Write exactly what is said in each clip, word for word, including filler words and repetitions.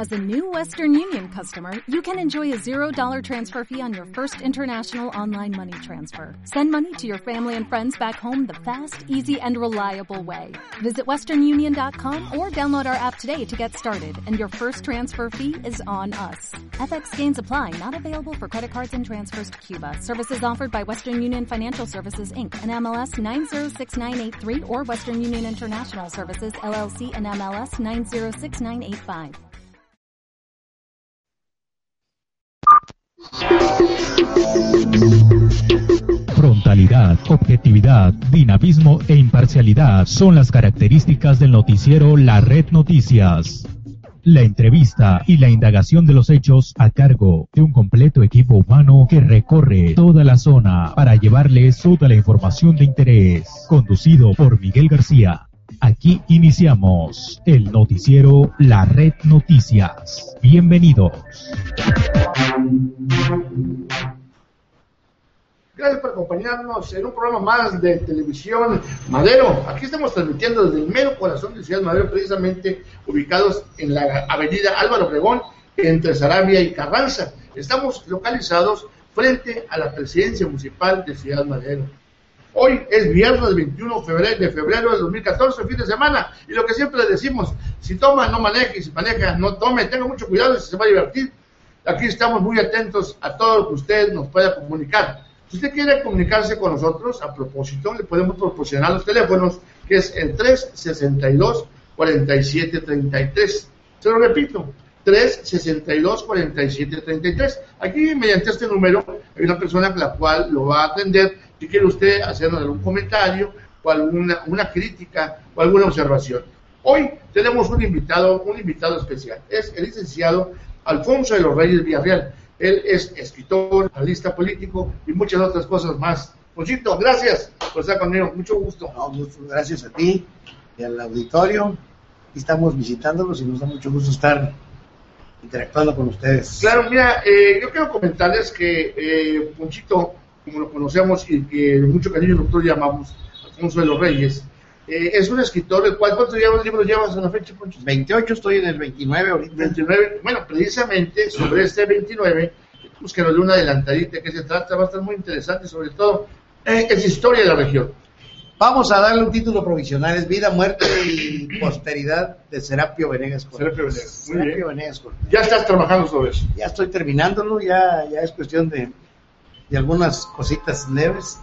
As a new Western Union customer, you can enjoy a zero dollar transfer fee on your first international online money transfer. Send money to your family and friends back home the fast, easy, and reliable way. Visit western union dot com or download our app today to get started, and your first transfer fee is on us. F X gains apply, not available for credit cards and transfers to Cuba. Services offered by Western Union Financial Services, Incorporated, and M L S nine zero six nine eight three or Western Union International Services, L L C, and M L S nine zero six nine eight five. Frontalidad, objetividad, dinamismo e imparcialidad son las características del noticiero La Red Noticias. La entrevista y la indagación de los hechos a cargo de un completo equipo humano que recorre toda la zona para llevarles toda la información de interés. Conducido por Miguel García. Aquí iniciamos el noticiero La Red Noticias. Bienvenidos. Gracias por acompañarnos en un programa más de Televisión Madero. Aquí estamos transmitiendo desde el mero corazón de Ciudad Madero, precisamente ubicados en la avenida Álvaro Obregón, entre Sarabia y Carranza. Estamos localizados frente a la presidencia municipal de Ciudad Madero. Hoy es viernes veintiuno de febrero, de febrero del dos mil catorce, fin de semana, y lo que siempre le decimos, si toma, no maneje, y si maneja, no tome, tenga mucho cuidado y se va a divertir. Aquí estamos muy atentos a todo lo que usted nos pueda comunicar. Si usted quiere comunicarse con nosotros, a propósito, le podemos proporcionar los teléfonos, que es el tres sesenta y dos, cuarenta y siete treinta y tres. Se lo repito, tres sesenta y dos, cuarenta y siete treinta y tres. Aquí, mediante este número, hay una persona la cual lo va a atender si quiere usted hacernos algún comentario o alguna una crítica o alguna observación. Hoy tenemos un invitado, un invitado especial. Es el licenciado Alfonso de los Reyes Villarreal. Él es escritor, analista político y muchas otras cosas más. Ponchito, gracias por estar conmigo, mucho gusto. No, muchas gracias a ti y al auditorio. Aquí estamos visitándolos y nos da mucho gusto estar interactuando con ustedes. Claro, mira, eh, yo quiero comentarles que eh, Ponchito, como lo conocemos y que de mucho cariño nosotros llamamos Alfonso de los Reyes, eh, es un escritor, el cual, ¿cuántos libros llevas a la fecha, Poncho? veintiocho, estoy en el veintinueve ahorita. veintinueve, bueno, precisamente sobre este veintinueve, pues que nos dé una adelantadita, que se trata, va a estar muy interesante, sobre todo, eh, es historia de la región. Vamos a darle un título provisional, es Vida, Muerte y Posteridad de Serapio Venegas Cortés. Serapio Venegas, muy Serapio bien. Venegas Cortés. Ya estás trabajando sobre eso. Ya estoy terminándolo, ya, ya es cuestión de, de algunas cositas leves.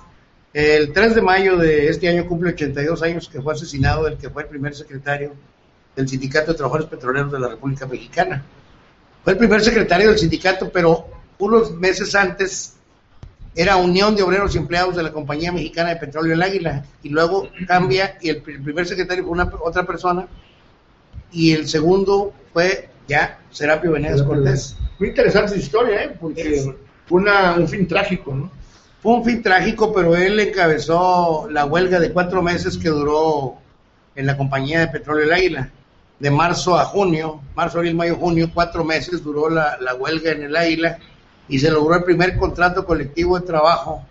El tres de mayo de este año cumple ochenta y dos años que fue asesinado el que fue el primer secretario del Sindicato de Trabajadores Petroleros de la República Mexicana. Fue el primer secretario del sindicato, pero unos meses antes era Unión de Obreros y Empleados de la Compañía Mexicana de Petróleo El Águila, y luego cambia y el primer secretario fue una, otra persona, y el segundo fue ya Serapio Venegas Cortés. Muy interesante su historia, ¿eh? Porque es una, un fin trágico, ¿no? Fue un fin trágico, pero él encabezó la huelga de cuatro meses que duró en la Compañía de Petróleo El Águila, de marzo a junio, marzo, abril, mayo, junio, cuatro meses duró la, la huelga en El Águila, y se logró el primer contrato colectivo de trabajo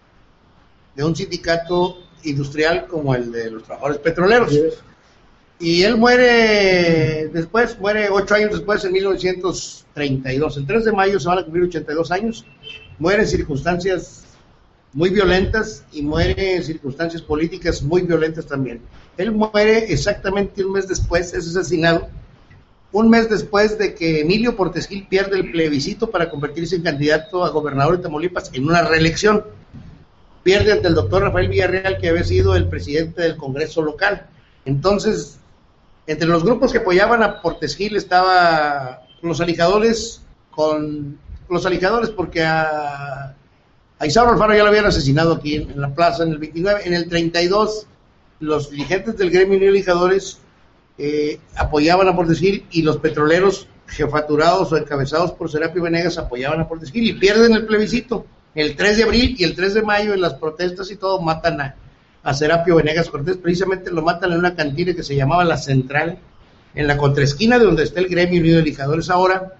de un sindicato industrial como el de los trabajadores petroleros. Yes. Y él muere después, muere ocho años después, en mil novecientos treinta y dos. El tres de mayo se van a cumplir ochenta y dos años. Muere en circunstancias muy violentas y muere en circunstancias políticas muy violentas también. Él muere exactamente un mes después, es asesinado, un mes después de que Emilio Portes Gil pierde el plebiscito para convertirse en candidato a gobernador de Tamaulipas en una reelección. Pierde ante el doctor Rafael Villarreal, que había sido el presidente del Congreso local. Entonces, entre los grupos que apoyaban a Portes Gil estaba los alijadores, con los alijadores porque a, a Isauro Alfaro ya lo habían asesinado aquí en, en la plaza en el veintinueve. En el treinta y dos, los dirigentes del gremio de alijadores Eh, apoyaban a Portes Gil, y los petroleros jefaturados o encabezados por Serapio Venegas apoyaban a Portes Gil, y pierden el plebiscito el tres de abril, y el tres de mayo en las protestas y todo matan a, a Serapio Venegas Cortés. Precisamente lo matan en una cantina que se llamaba La Central, en la contraesquina de donde está el gremio unido de lijadores ahora,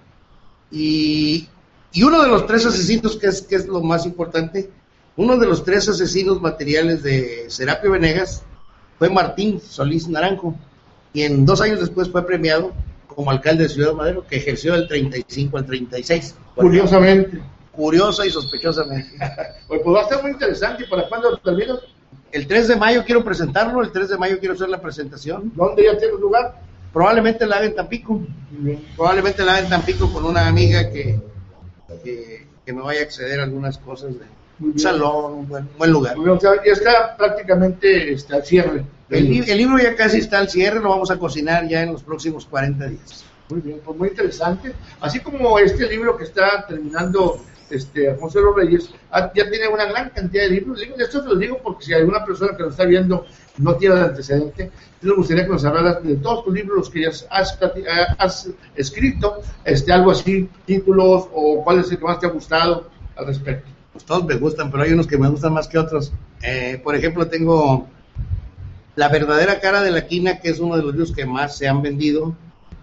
y, y uno de los tres asesinos, que es, que es lo más importante, uno de los tres asesinos materiales de Serapio Venegas fue Martín Solís Naranjo, quien dos años después fue premiado como alcalde de Ciudad Madero, que ejerció del treinta y cinco al treinta y seis. Curiosamente. Curiosa y sospechosamente. Pues, pues va a estar muy interesante. ¿Y para cuándo lo terminas? El tres de mayo quiero presentarlo, el tres de mayo quiero hacer la presentación. ¿Dónde ya tienes lugar? Probablemente la haga en Tampico. Probablemente la haga en Tampico con una amiga que, que, que me vaya a acceder a algunas cosas de un salón, un buen, buen lugar. O sea, ya está prácticamente está al cierre. El, el libro ya casi está al cierre, lo vamos a cocinar ya en los próximos cuarenta días. Muy bien, pues muy interesante. Así como este libro que está terminando este Alfonso de los Reyes, ya tiene una gran cantidad de libros. Esto te lo digo porque si alguna persona que nos está viendo no tiene el antecedente, nos gustaría que nos hablaras de todos tus libros que ya has, has escrito, este algo así, títulos o cuál es el que más te ha gustado al respecto. Pues todos me gustan, pero hay unos que me gustan más que otros. Eh, por ejemplo, tengo La verdadera cara de la quina, que es uno de los libros que más se han vendido.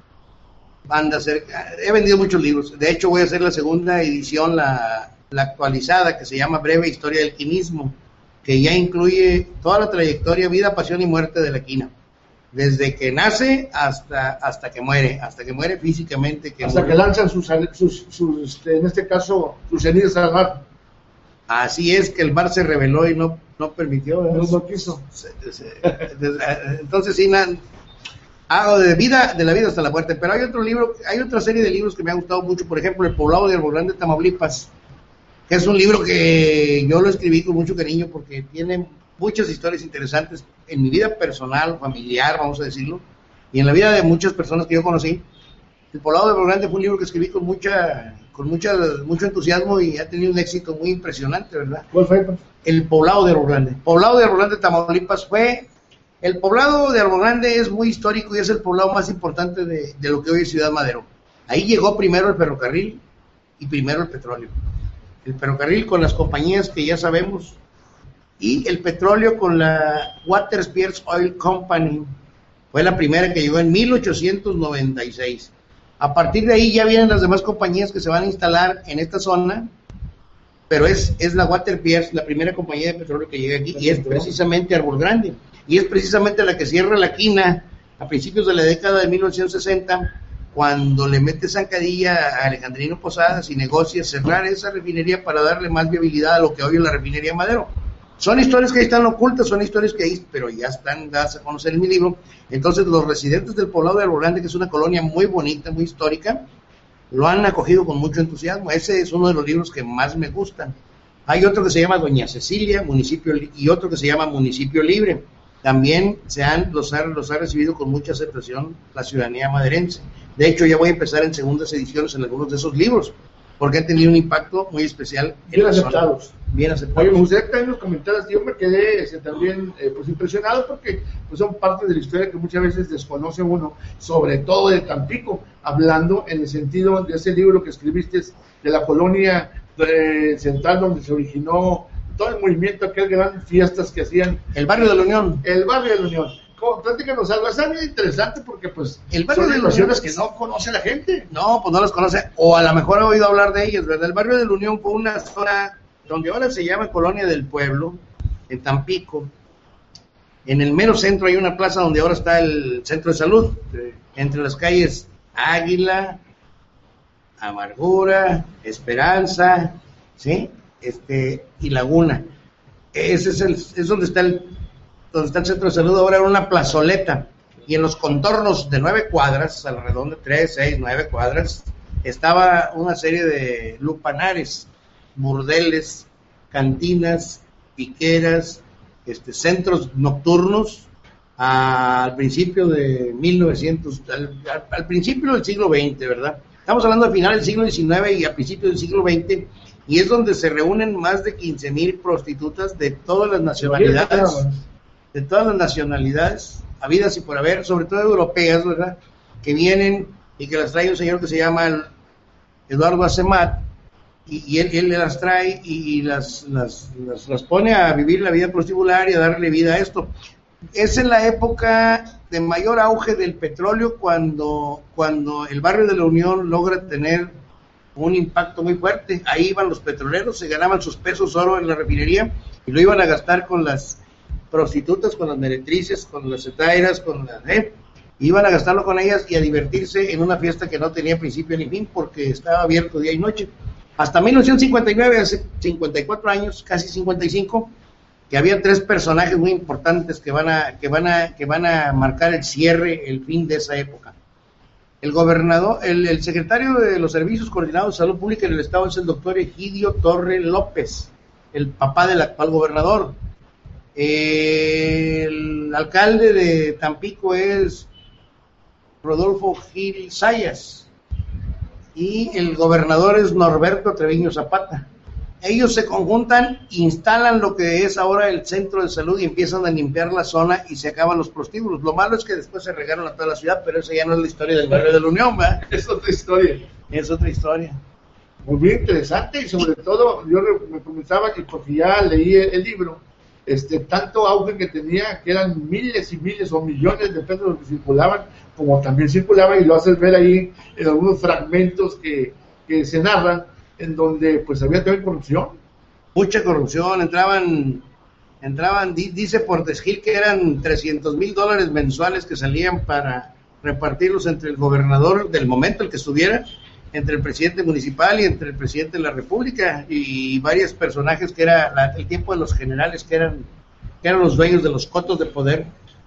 Banda cerca. He vendido muchos libros. De hecho, voy a hacer la segunda edición, la, la actualizada, que se llama Breve Historia del Quinismo, que ya incluye toda la trayectoria, vida, pasión y muerte de la quina. Desde que nace hasta hasta que muere, hasta que muere físicamente. Que hasta muere. que lanzan sus, sus, sus este, en este caso, sus cenizas al mar. Así es, que el mar se rebeló y no, no permitió. No lo quiso. Entonces, sí, nada, hago de vida, de la vida hasta la muerte. Pero hay otro libro, hay otra serie de libros que me han gustado mucho. Por ejemplo, El poblado de Árbol Grande, Tamaulipas, que es un libro que yo lo escribí con mucho cariño porque tiene muchas historias interesantes en mi vida personal, familiar, vamos a decirlo, y en la vida de muchas personas que yo conocí. El poblado de Árbol Grande fue un libro que escribí con mucha, con mucha, mucho entusiasmo y ha tenido un éxito muy impresionante, ¿verdad? ¿Cuál fue? El poblado de Árbol Grande. Poblado de Árbol Grande, Tamaulipas fue... El poblado de Árbol Grande es muy histórico y es el poblado más importante de, de lo que hoy es Ciudad Madero. Ahí llegó primero el ferrocarril y primero el petróleo. El ferrocarril con las compañías que ya sabemos y el petróleo con la Water-Spears Oil Company. Fue la primera que llegó en mil ochocientos noventa y seis. A partir de ahí ya vienen las demás compañías que se van a instalar en esta zona, pero es, es la Water-Spears, la primera compañía de petróleo que llega aquí, y es precisamente Árbol Grande, y es precisamente la que cierra la quina a principios de la década de mil novecientos sesenta, cuando le mete zancadilla a Alejandrino Posadas y negocia cerrar esa refinería para darle más viabilidad a lo que hoy es la refinería Madero. Son historias que ahí están ocultas, son historias que ahí, pero ya están dadas a conocer en mi libro. Entonces, los residentes del poblado de Árbol Grande, que es una colonia muy bonita, muy histórica, lo han acogido con mucho entusiasmo. Ese es uno de los libros que más me gustan. Hay otro que se llama Doña Cecilia, municipio, y otro que se llama Municipio Libre. También se han, los, ha, los ha recibido con mucha aceptación la ciudadanía maderense. De hecho, ya voy a empezar en segundas ediciones en algunos de esos libros, porque han tenido un impacto muy especial. Bien aceptados. Zona. Bien aceptados. Oye, me gustaría que también nos comentaras, yo me quedé este, también eh, pues impresionado porque pues, son parte de la historia que muchas veces desconoce uno, sobre todo de Tampico, hablando en el sentido de ese libro que escribiste de la colonia de, central donde se originó todo el movimiento, aquel grandes fiestas que hacían. El barrio de la Unión. El barrio de la Unión. Platícanos algo, es algo interesante porque pues el barrio son de la Unión que no conoce la gente. No, pues no las conoce, o a lo mejor ha oído hablar de ellos, ¿verdad? El barrio de la Unión fue una zona donde ahora se llama Colonia del Pueblo, en Tampico. En el mero centro hay una plaza donde ahora está el centro de salud, sí. Entre las calles Águila, Amargura, Esperanza, ¿sí? Este, y Laguna. Ese es, el, es donde está el donde está el centro de salud, ahora era una plazoleta, y en los contornos de nueve cuadras, alrededor de tres, seis, nueve cuadras, estaba una serie de lupanares, burdeles, cantinas, piqueras, este, centros nocturnos, a, al principio de mil novecientos, al, al, al principio del siglo veinte, ¿verdad? Estamos hablando al final del siglo diecinueve y a principios del siglo veinte, y es donde se reúnen más de quince mil prostitutas de todas las nacionalidades, de todas las nacionalidades, habidas y por haber, sobre todo europeas, ¿verdad?, que vienen y que las trae un señor que se llama Eduardo Acemat, y, y él, él las trae y, y las, las, las, las pone a vivir la vida prostibular y a darle vida a esto. Es en la época de mayor auge del petróleo cuando, cuando el barrio de la Unión logra tener un impacto muy fuerte. Ahí iban los petroleros, se ganaban sus pesos oro en la refinería y lo iban a gastar con las prostitutas, con las meretrices, con las etairas, con las, ¿eh? iban a gastarlo con ellas y a divertirse en una fiesta que no tenía principio ni fin porque estaba abierto día y noche. Hasta mil novecientos cincuenta y nueve, hace cincuenta y cuatro años, casi cincuenta y cinco, que había tres personajes muy importantes que van a que van a que van a marcar el cierre, el fin de esa época. El gobernador, el, el secretario de los Servicios Coordinados de Salud Pública en el Estado es el doctor Egidio Torre López, el papá del actual gobernador. El alcalde de Tampico es Rodolfo Gil Zayas y el gobernador es Norberto Treviño Zapata. Ellos se conjuntan, instalan lo que es ahora el centro de salud y empiezan a limpiar la zona y se acaban los prostíbulos. Lo malo es que después se regaron a toda la ciudad, pero esa ya no es la historia del barrio de la Unión, ¿verdad? Es otra historia. Es otra historia. Muy bien interesante y sobre todo, yo me comenzaba que porque ya leí el, el libro, este tanto auge que tenía, que eran miles y miles o millones de pesos que circulaban, como también circulaba, y lo haces ver ahí en algunos fragmentos que, que se narran, en donde pues había también corrupción. Mucha corrupción, entraban, entraban, dice Portesgil que eran trescientos mil dólares mensuales que salían para repartirlos entre el gobernador del momento, el que estuviera, entre el presidente municipal y entre el presidente de la república, y varios personajes que era la, el tiempo de los generales que eran, que eran los dueños de los cotos de poder,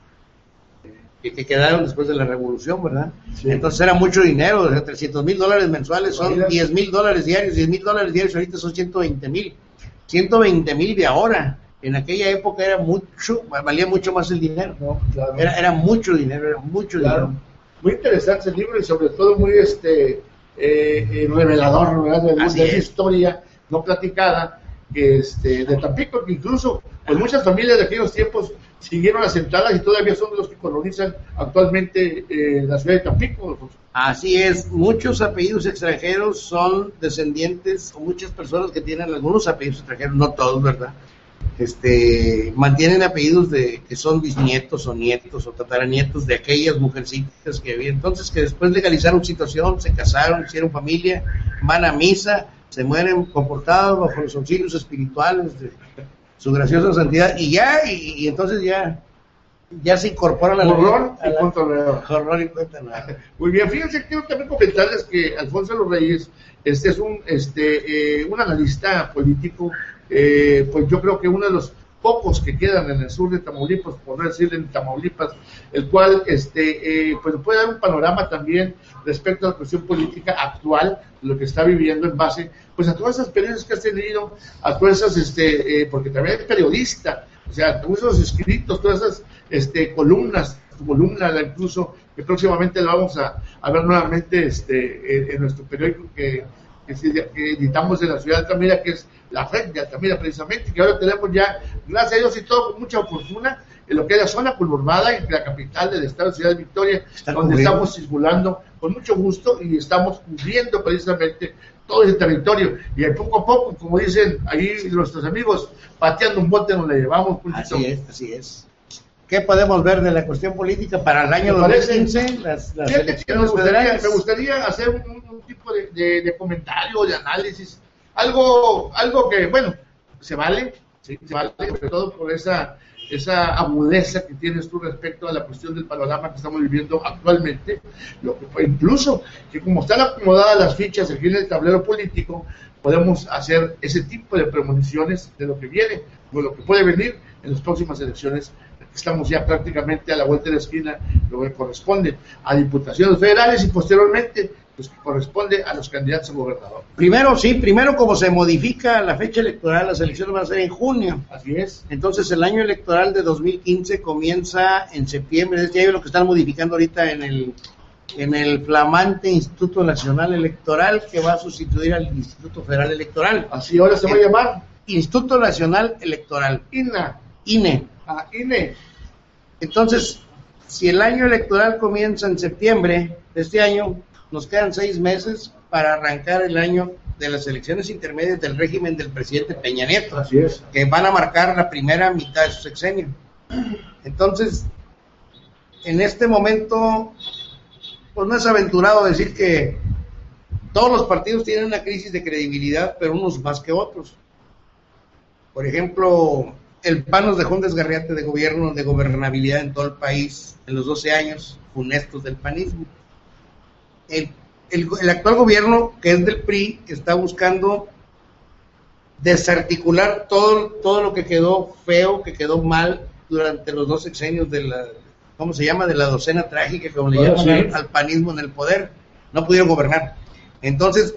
que, que quedaron después de la revolución, ¿verdad? Sí. Entonces era mucho dinero, o sea, trescientos mil dólares mensuales son diez mil dólares diarios, diez mil dólares diarios ahorita son ciento veinte mil, ciento veinte mil de ahora. En aquella época era mucho, valía mucho más el dinero, no, claro. era, era mucho dinero, era mucho claro. dinero. Muy interesante el libro y sobre todo muy este eh, eh, revelador, ¿verdad? De, de esa historia no platicada que este de Tampico, que incluso pues muchas familias de aquellos tiempos siguieron asentadas y todavía son los que colonizan actualmente eh, la ciudad de Tampico. Así es, muchos apellidos extranjeros son descendientes, o muchas personas que tienen algunos apellidos extranjeros, no todos, ¿verdad? Este, mantienen apellidos de que son bisnietos o nietos o tataranietos de aquellas mujercitas que había, entonces que después legalizaron situación, se casaron, hicieron familia, van a misa, se mueren comportados bajo los auxilios espirituales de su graciosa santidad y ya, y, y entonces ya ya se incorporan a la horror a la, y cuenta nueva. Horror y cuenta nueva. Muy bien, fíjense, quiero también comentarles que Alfonso de los Reyes este es un este eh, un analista político, eh, pues yo creo que uno de los pocos que quedan en el sur de Tamaulipas, por no decir en Tamaulipas, el cual este eh, pues puede dar un panorama también respecto a la cuestión política actual, lo que está viviendo en base pues a todas esas experiencias que has tenido, a todas esas este eh, porque también es periodista, o sea, todos esos escritos, todas esas este columnas, tu columna incluso que próximamente la vamos a, a ver nuevamente este en, en nuestro periódico que Que, que editamos en la ciudad de Altamira, que es la Red de Altamira precisamente, que ahora tenemos ya, gracias a Dios y todo, con mucha fortuna, en lo que es la zona conurbada, en la capital del estado de Ciudad de Victoria, Está donde cubriendo. Estamos circulando con mucho gusto y estamos cubriendo precisamente todo ese territorio, y poco a poco, como dicen ahí nuestros amigos, pateando un bote nos le llevamos. Así es, así es. ¿Qué podemos ver de la cuestión política para el año dos mil quince? Las, las elecciones me gustaría, federales. Me gustaría hacer un, un tipo de, de, de comentario, de análisis, algo algo que, bueno, se vale, sí, se vale, sobre todo por esa esa agudeza que tienes tú respecto a la cuestión del panorama que estamos viviendo actualmente, lo que incluso que como están acomodadas las fichas aquí en el tablero político, podemos hacer ese tipo de premoniciones de lo que viene, o lo que puede venir en las próximas elecciones. Estamos ya prácticamente a la vuelta de la esquina, lo que corresponde a diputaciones federales y posteriormente pues que corresponde a los candidatos a gobernador. Primero, sí, primero como se modifica la fecha electoral, las elecciones van a ser en junio. Así es. Entonces el año electoral de dos mil quince comienza en septiembre de este año, lo que están modificando ahorita en el en el flamante Instituto Nacional Electoral que va a sustituir al Instituto Federal Electoral. Así ahora se va a llamar Instituto Nacional Electoral. I N A. I N E. Ah, I N E. Entonces, si el año electoral comienza en septiembre de este año, nos quedan seis meses para arrancar el año de las elecciones intermedias del régimen del presidente Peña Nieto. Así es. Que van a marcar la primera mitad de su sexenio. Entonces, en este momento, pues no es aventurado decir que todos los partidos tienen una crisis de credibilidad, pero unos más que otros. Por ejemplo, el P A N nos dejó un desgarriate de gobierno, de gobernabilidad en todo el país, en los doce años funestos del panismo. El, el, el actual gobierno, que es del P R I, está buscando desarticular todo, todo lo que quedó feo, que quedó mal durante los dos sexenios de la, ¿cómo se llama?, de la docena trágica, como le llaman al, al panismo en el poder. No pudieron gobernar. Entonces,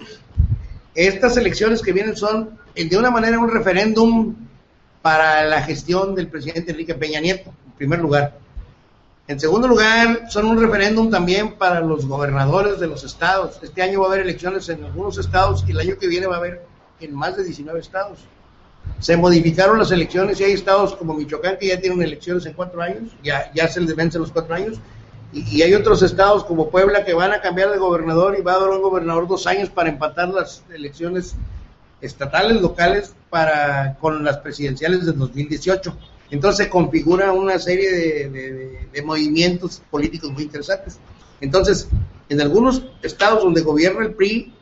estas elecciones que vienen son, de una manera, un referéndum para la gestión del presidente Enrique Peña Nieto, en primer lugar. En segundo lugar, son un referéndum también para los gobernadores de los estados. Este año va a haber elecciones en algunos estados y el año que viene va a haber en más de diecinueve estados. Se modificaron las elecciones y hay estados como Michoacán que ya tienen elecciones en cuatro años, ya, ya se les vencen los cuatro años, y, y hay otros estados como Puebla que van a cambiar de gobernador y va a dar un gobernador dos años para empatar las elecciones estatales, locales, para con las presidenciales del dos mil dieciocho. Entonces se configura una serie de, de, de, de movimientos políticos muy interesantes. Entonces, en algunos estados donde gobierna el P R I,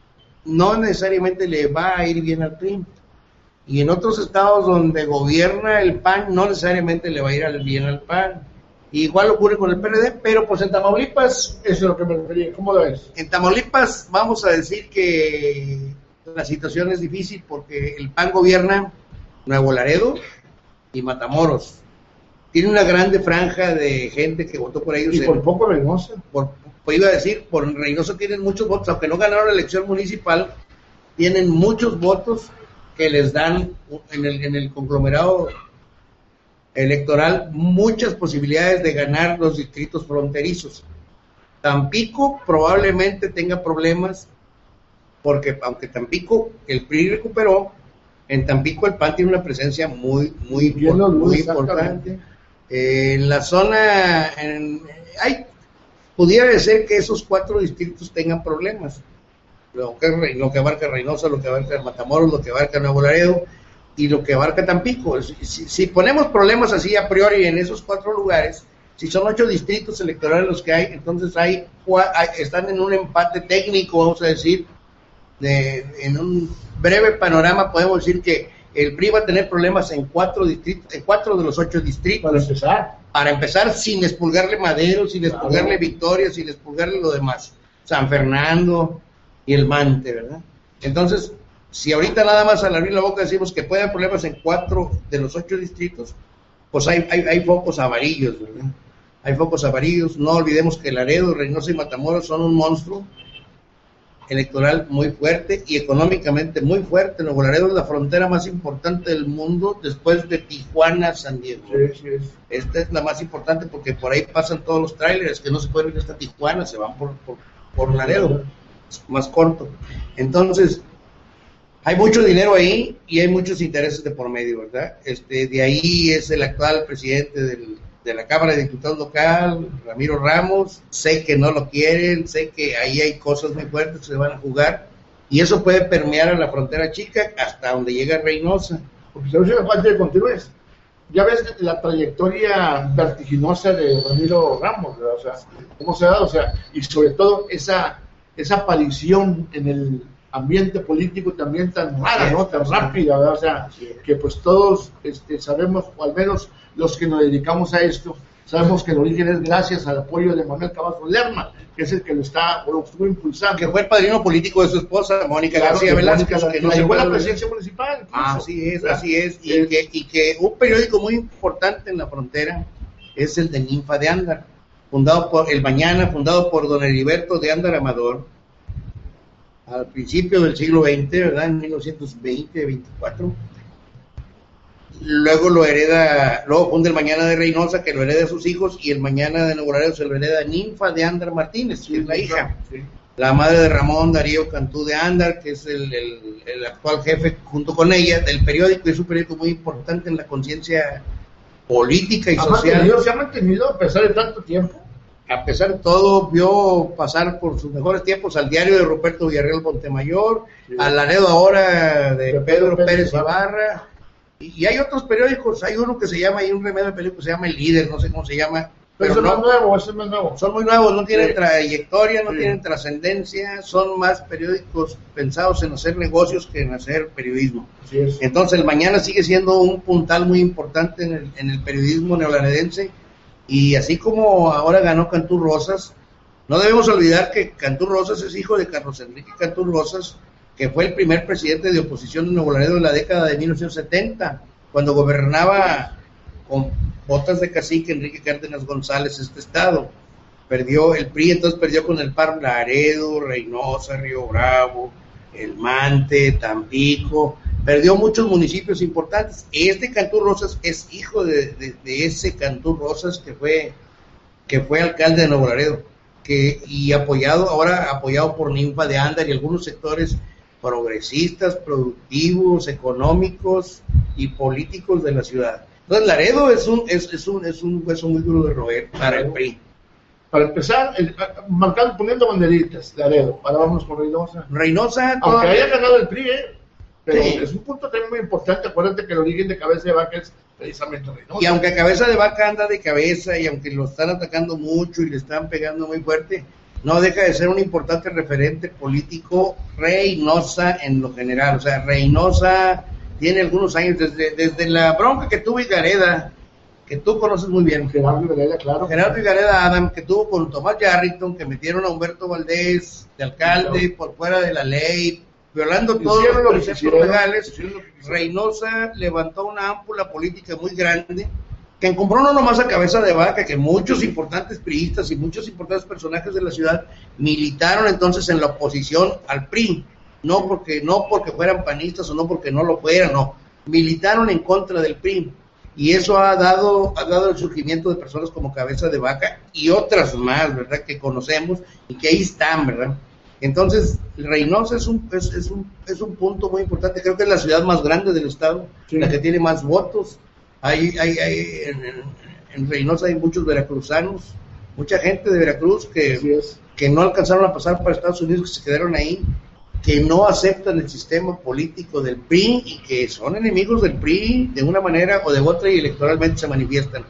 no necesariamente le va a ir bien al P R I, y en otros estados donde gobierna el P A N, no necesariamente le va a ir bien al P A N. Y igual ocurre con el P R D, pero pues en Tamaulipas, eso es lo que me refería. ¿Cómo lo ves? En Tamaulipas vamos a decir que la situación es difícil porque el P A N gobierna Nuevo Laredo y Matamoros. Tiene una grande franja de gente que votó por ellos. Y por en, poco Reynosa. Por, pues iba a decir, por Reynosa tienen muchos votos, aunque no ganaron la elección municipal, tienen muchos votos que les dan en el, en el conglomerado electoral muchas posibilidades de ganar los distritos fronterizos. Tampico probablemente tenga problemas porque aunque Tampico el P R I recuperó, en Tampico el P A N tiene una presencia muy muy, muy, muy importante. Eh, en la zona, en, hay, pudiera ser que esos cuatro distritos tengan problemas. Lo que, lo que abarca Reynosa, lo que abarca Matamoros, lo que abarca Nuevo Laredo y lo que abarca Tampico. Si, si, si ponemos problemas así a priori en esos cuatro lugares, si son ocho distritos electorales los que hay, entonces hay, hay están en un empate técnico, vamos a decir, de, en un breve panorama podemos decir que el P R I va a tener problemas en cuatro distritos, en cuatro de los ocho distritos. Para empezar. Para empezar, sin expulgarle Madero, sin expulgarle claro. Victoria, sin expulgarle lo demás. San Fernando y el Mante, ¿verdad? Entonces, si ahorita nada más al abrir la boca decimos que puede haber problemas en cuatro de los ocho distritos, pues hay, hay, hay focos amarillos, ¿verdad? Hay focos amarillos. No olvidemos que Laredo, Reynosa y Matamoros son un monstruo electoral muy fuerte y económicamente muy fuerte. Nuevo Laredo es la frontera más importante del mundo después de Tijuana, San Diego. Sí, sí, sí. Esta es la más importante porque por ahí pasan todos los trailers que no se pueden ir hasta Tijuana, se van por, por, por Laredo, más corto. Entonces, hay mucho dinero ahí y hay muchos intereses de por medio, ¿verdad? Este, de ahí es el actual presidente del, de la Cámara de Diputados local, Ramiro Ramos. Sé que no lo quieren, sé que ahí hay cosas muy fuertes que se van a jugar y eso puede permear a la frontera chica hasta donde llega Reynosa. Porque se usa parte de continuez. Ya ves la trayectoria vertiginosa de Ramiro Ramos, ¿verdad? O sea, cómo se ha dado, o sea, y sobre todo esa, esa aparición en el ambiente político también tan rara, ¿no? Tan rápida, ¿verdad? O sea, que pues todos este, sabemos, o al menos los que nos dedicamos a esto, sabemos que el origen es gracias al apoyo de Manuel Cavazos Lerma, que es el que lo está, o lo estuvo impulsando. Que fue el padrino político de su esposa, Mónica claro, García Velázquez, que, que no se fue a la presidencia municipal. Incluso. Ah, así es, así es. Y, es. Que, y que un periódico muy importante en la frontera es el de Ninfa de Ándar, fundado por El Mañana, fundado por don Heriberto de Ándar Amador, al principio del siglo veinte, ¿verdad? En mil novecientos veinte, veinticuatro. Luego lo hereda, luego funda El Mañana de Reynosa, que lo hereda a sus hijos, y El Mañana de Nuevo Laredo se lo hereda a Ninfa de Ándar Martínez, que es la hija. Sí. La madre de Ramón Darío Cantú de Ándar, que es el, el, el actual jefe, junto con ella, del periódico, y es un periódico muy importante en la conciencia política y ¿Ha social. Mantenido, ¿Se ha mantenido a pesar de tanto tiempo? A pesar de todo, vio pasar por sus mejores tiempos al diario de Ruperto Villarreal Montemayor, sí. Al Laredo ahora de, de Pedro, Pedro Pérez, Pérez Ibarra, y, y hay otros periódicos, hay uno que se llama, hay un remedio de periódico que se llama El Líder, no sé cómo se llama, Pero ¿eso es más nuevo? ¿Eso es más nuevo? Son muy nuevos, no tienen sí. trayectoria, no sí. tienen trascendencia, son más periódicos pensados en hacer negocios que en hacer periodismo. Así es. Entonces el Mañana sigue siendo un puntal muy importante en el, en el periodismo neolaredense, y así como ahora ganó Cantú Rosas, no debemos olvidar que Cantú Rosas es hijo de Carlos Enrique Cantú Rosas, que fue el primer presidente de oposición de Nuevo Laredo en la década de mil novecientos setenta, cuando gobernaba con botas de cacique Enrique Cárdenas González este estado. Perdió el P R I, entonces perdió con el P A R Laredo, Reynosa, Río Bravo, El Mante, Tampico, perdió muchos municipios importantes. Este Cantú Rosas es hijo de, de, de ese Cantú Rosas que fue, que fue alcalde de Nuevo Laredo, que, y apoyado, ahora apoyado por Ninfa de Andar y algunos sectores progresistas, productivos, económicos y políticos de la ciudad. Entonces Laredo es un es, es un es un hueso muy duro de roer para el P R I. Para empezar, el, marcando, poniendo banderitas, Laredo. Ahora vamos con Reynosa. Reynosa, aunque todavía... haya ganado el P R I, ¿eh? Pero sí. Es un punto también muy importante. Acuérdate que el origen de Cabeza de Vaca es precisamente Reynosa. Y aunque Cabeza de Vaca anda de cabeza, y aunque lo están atacando mucho y le están pegando muy fuerte, no deja de ser un importante referente político Reynosa en lo general. O sea, Reynosa tiene algunos años, desde, desde la bronca que tuvo Higareda, que tú conoces muy bien. Gerardo Higareda, claro. Gerardo Higareda Adam, que tuvo con Tomás Yarrington, que metieron a Humberto Valdés de alcalde, claro, por fuera de la ley, violando todos los preceptos legales. Reynosa levantó una ámpula política muy grande, que encumbró no nomás a Cabeza de Vaca, que muchos importantes priistas y muchos importantes personajes de la ciudad militaron entonces en la oposición al P R I, no porque, no porque fueran panistas o no porque no lo fueran, no, militaron en contra del P R I, y eso ha dado, ha dado el surgimiento de personas como Cabeza de Vaca y otras más, ¿verdad?, que conocemos y que ahí están, ¿verdad? Entonces, Reynosa es un, es, es un, es un punto muy importante. Creo que es la ciudad más grande del estado, sí, la que tiene más votos. Hay, hay, hay en, en Reynosa hay muchos veracruzanos, mucha gente de Veracruz que, que no alcanzaron a pasar para Estados Unidos, que se quedaron ahí, que no aceptan el sistema político del P R I y que son enemigos del P R I de una manera o de otra y electoralmente se manifiestan.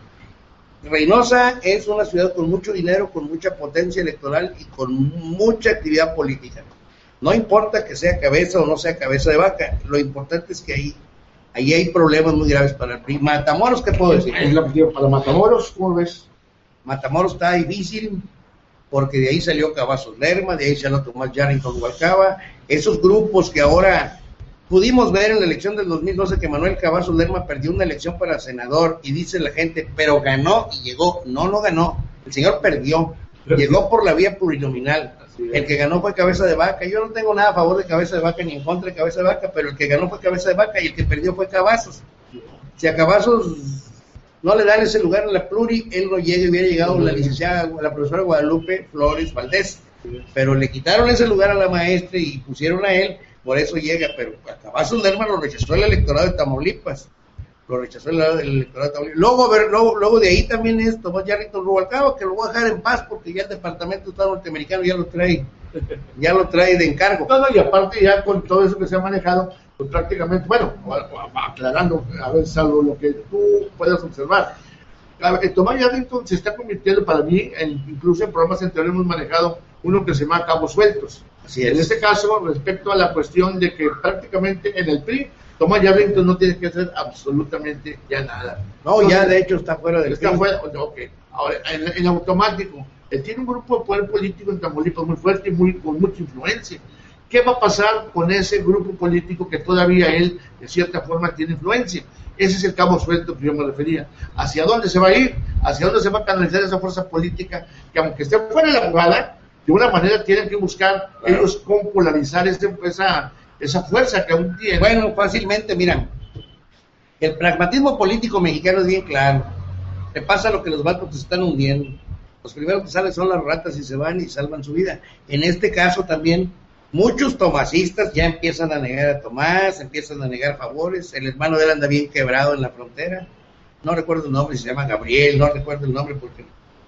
Reynosa es una ciudad con mucho dinero, con mucha potencia electoral y con mucha actividad política. No importa que sea Cabeza o no sea Cabeza de Vaca, lo importante es que ahí, ahí hay problemas muy graves para el P R I. Matamoros, ¿qué puedo decir? Es la cuestión para Matamoros, ¿cómo ves? Matamoros está difícil, porque de ahí salió Cavazos Lerma, de ahí salió Tomás Yarrington Hualcaba, esos grupos que ahora pudimos ver en la elección del dos mil doce que Manuel Cavazos Lerma perdió una elección para senador y dice la gente, pero ganó y llegó. No, no ganó, el señor perdió, llegó por la vía plurinominal. El que ganó fue Cabeza de Vaca. Yo no tengo nada a favor de Cabeza de Vaca ni en contra de Cabeza de Vaca, pero el que ganó fue Cabeza de Vaca y el que perdió fue Cavazos. Si a Cavazos no le dan ese lugar en la pluri, él no llega y hubiera llegado la licenciada, la profesora Guadalupe Flores Valdés, pero le quitaron ese lugar a la maestra y pusieron a él, por eso llega. Pero a Cavazos Lerma lo rechazó el electorado de Tamaulipas, lo rechazó el, el electorado de Tamaulipas. Luego, ver, luego, luego de ahí también es Tomás Yarrington Rubalcaba, que lo voy a dejar en paz porque ya el departamento de Estado norteamericano ya lo trae, ya lo trae de encargo. No, no, y aparte ya con todo eso que se ha manejado, pues prácticamente, bueno, aclarando, a ver, salvo lo que tú puedas observar, el Tomás Yarrington se está convirtiendo para mí, en, incluso en programas anteriores hemos manejado uno que se llama Cabos Sueltos. Así es. En este caso, respecto a la cuestión de que prácticamente en el P R I, Tomás Yarrington no tiene que hacer absolutamente ya nada. No, Entonces, ya de hecho está fuera del Está fuera, ok. Ahora, en, en automático, él tiene un grupo de poder político en Tamaulipas muy fuerte y muy, con mucha influencia. ¿Qué va a pasar con ese grupo político que todavía él, de cierta forma, tiene influencia? Ese es el cabo suelto que yo me refería. ¿Hacia dónde se va a ir? ¿Hacia dónde se va a canalizar esa fuerza política? Que aunque esté fuera de la jugada, de una manera tienen que buscar claro. ellos cómo polarizar ese, esa, esa fuerza que aún tienen. Bueno, fácilmente, mira, el pragmatismo político mexicano es bien claro. Te pasa lo que los barcos se están hundiendo. Los primeros que salen son las ratas y se van y salvan su vida. En este caso también, muchos tomasistas ya empiezan a negar a Tomás, empiezan a negar favores. El hermano de él anda bien quebrado en la frontera. No recuerdo el nombre, se llama Gabriel, no recuerdo el nombre porque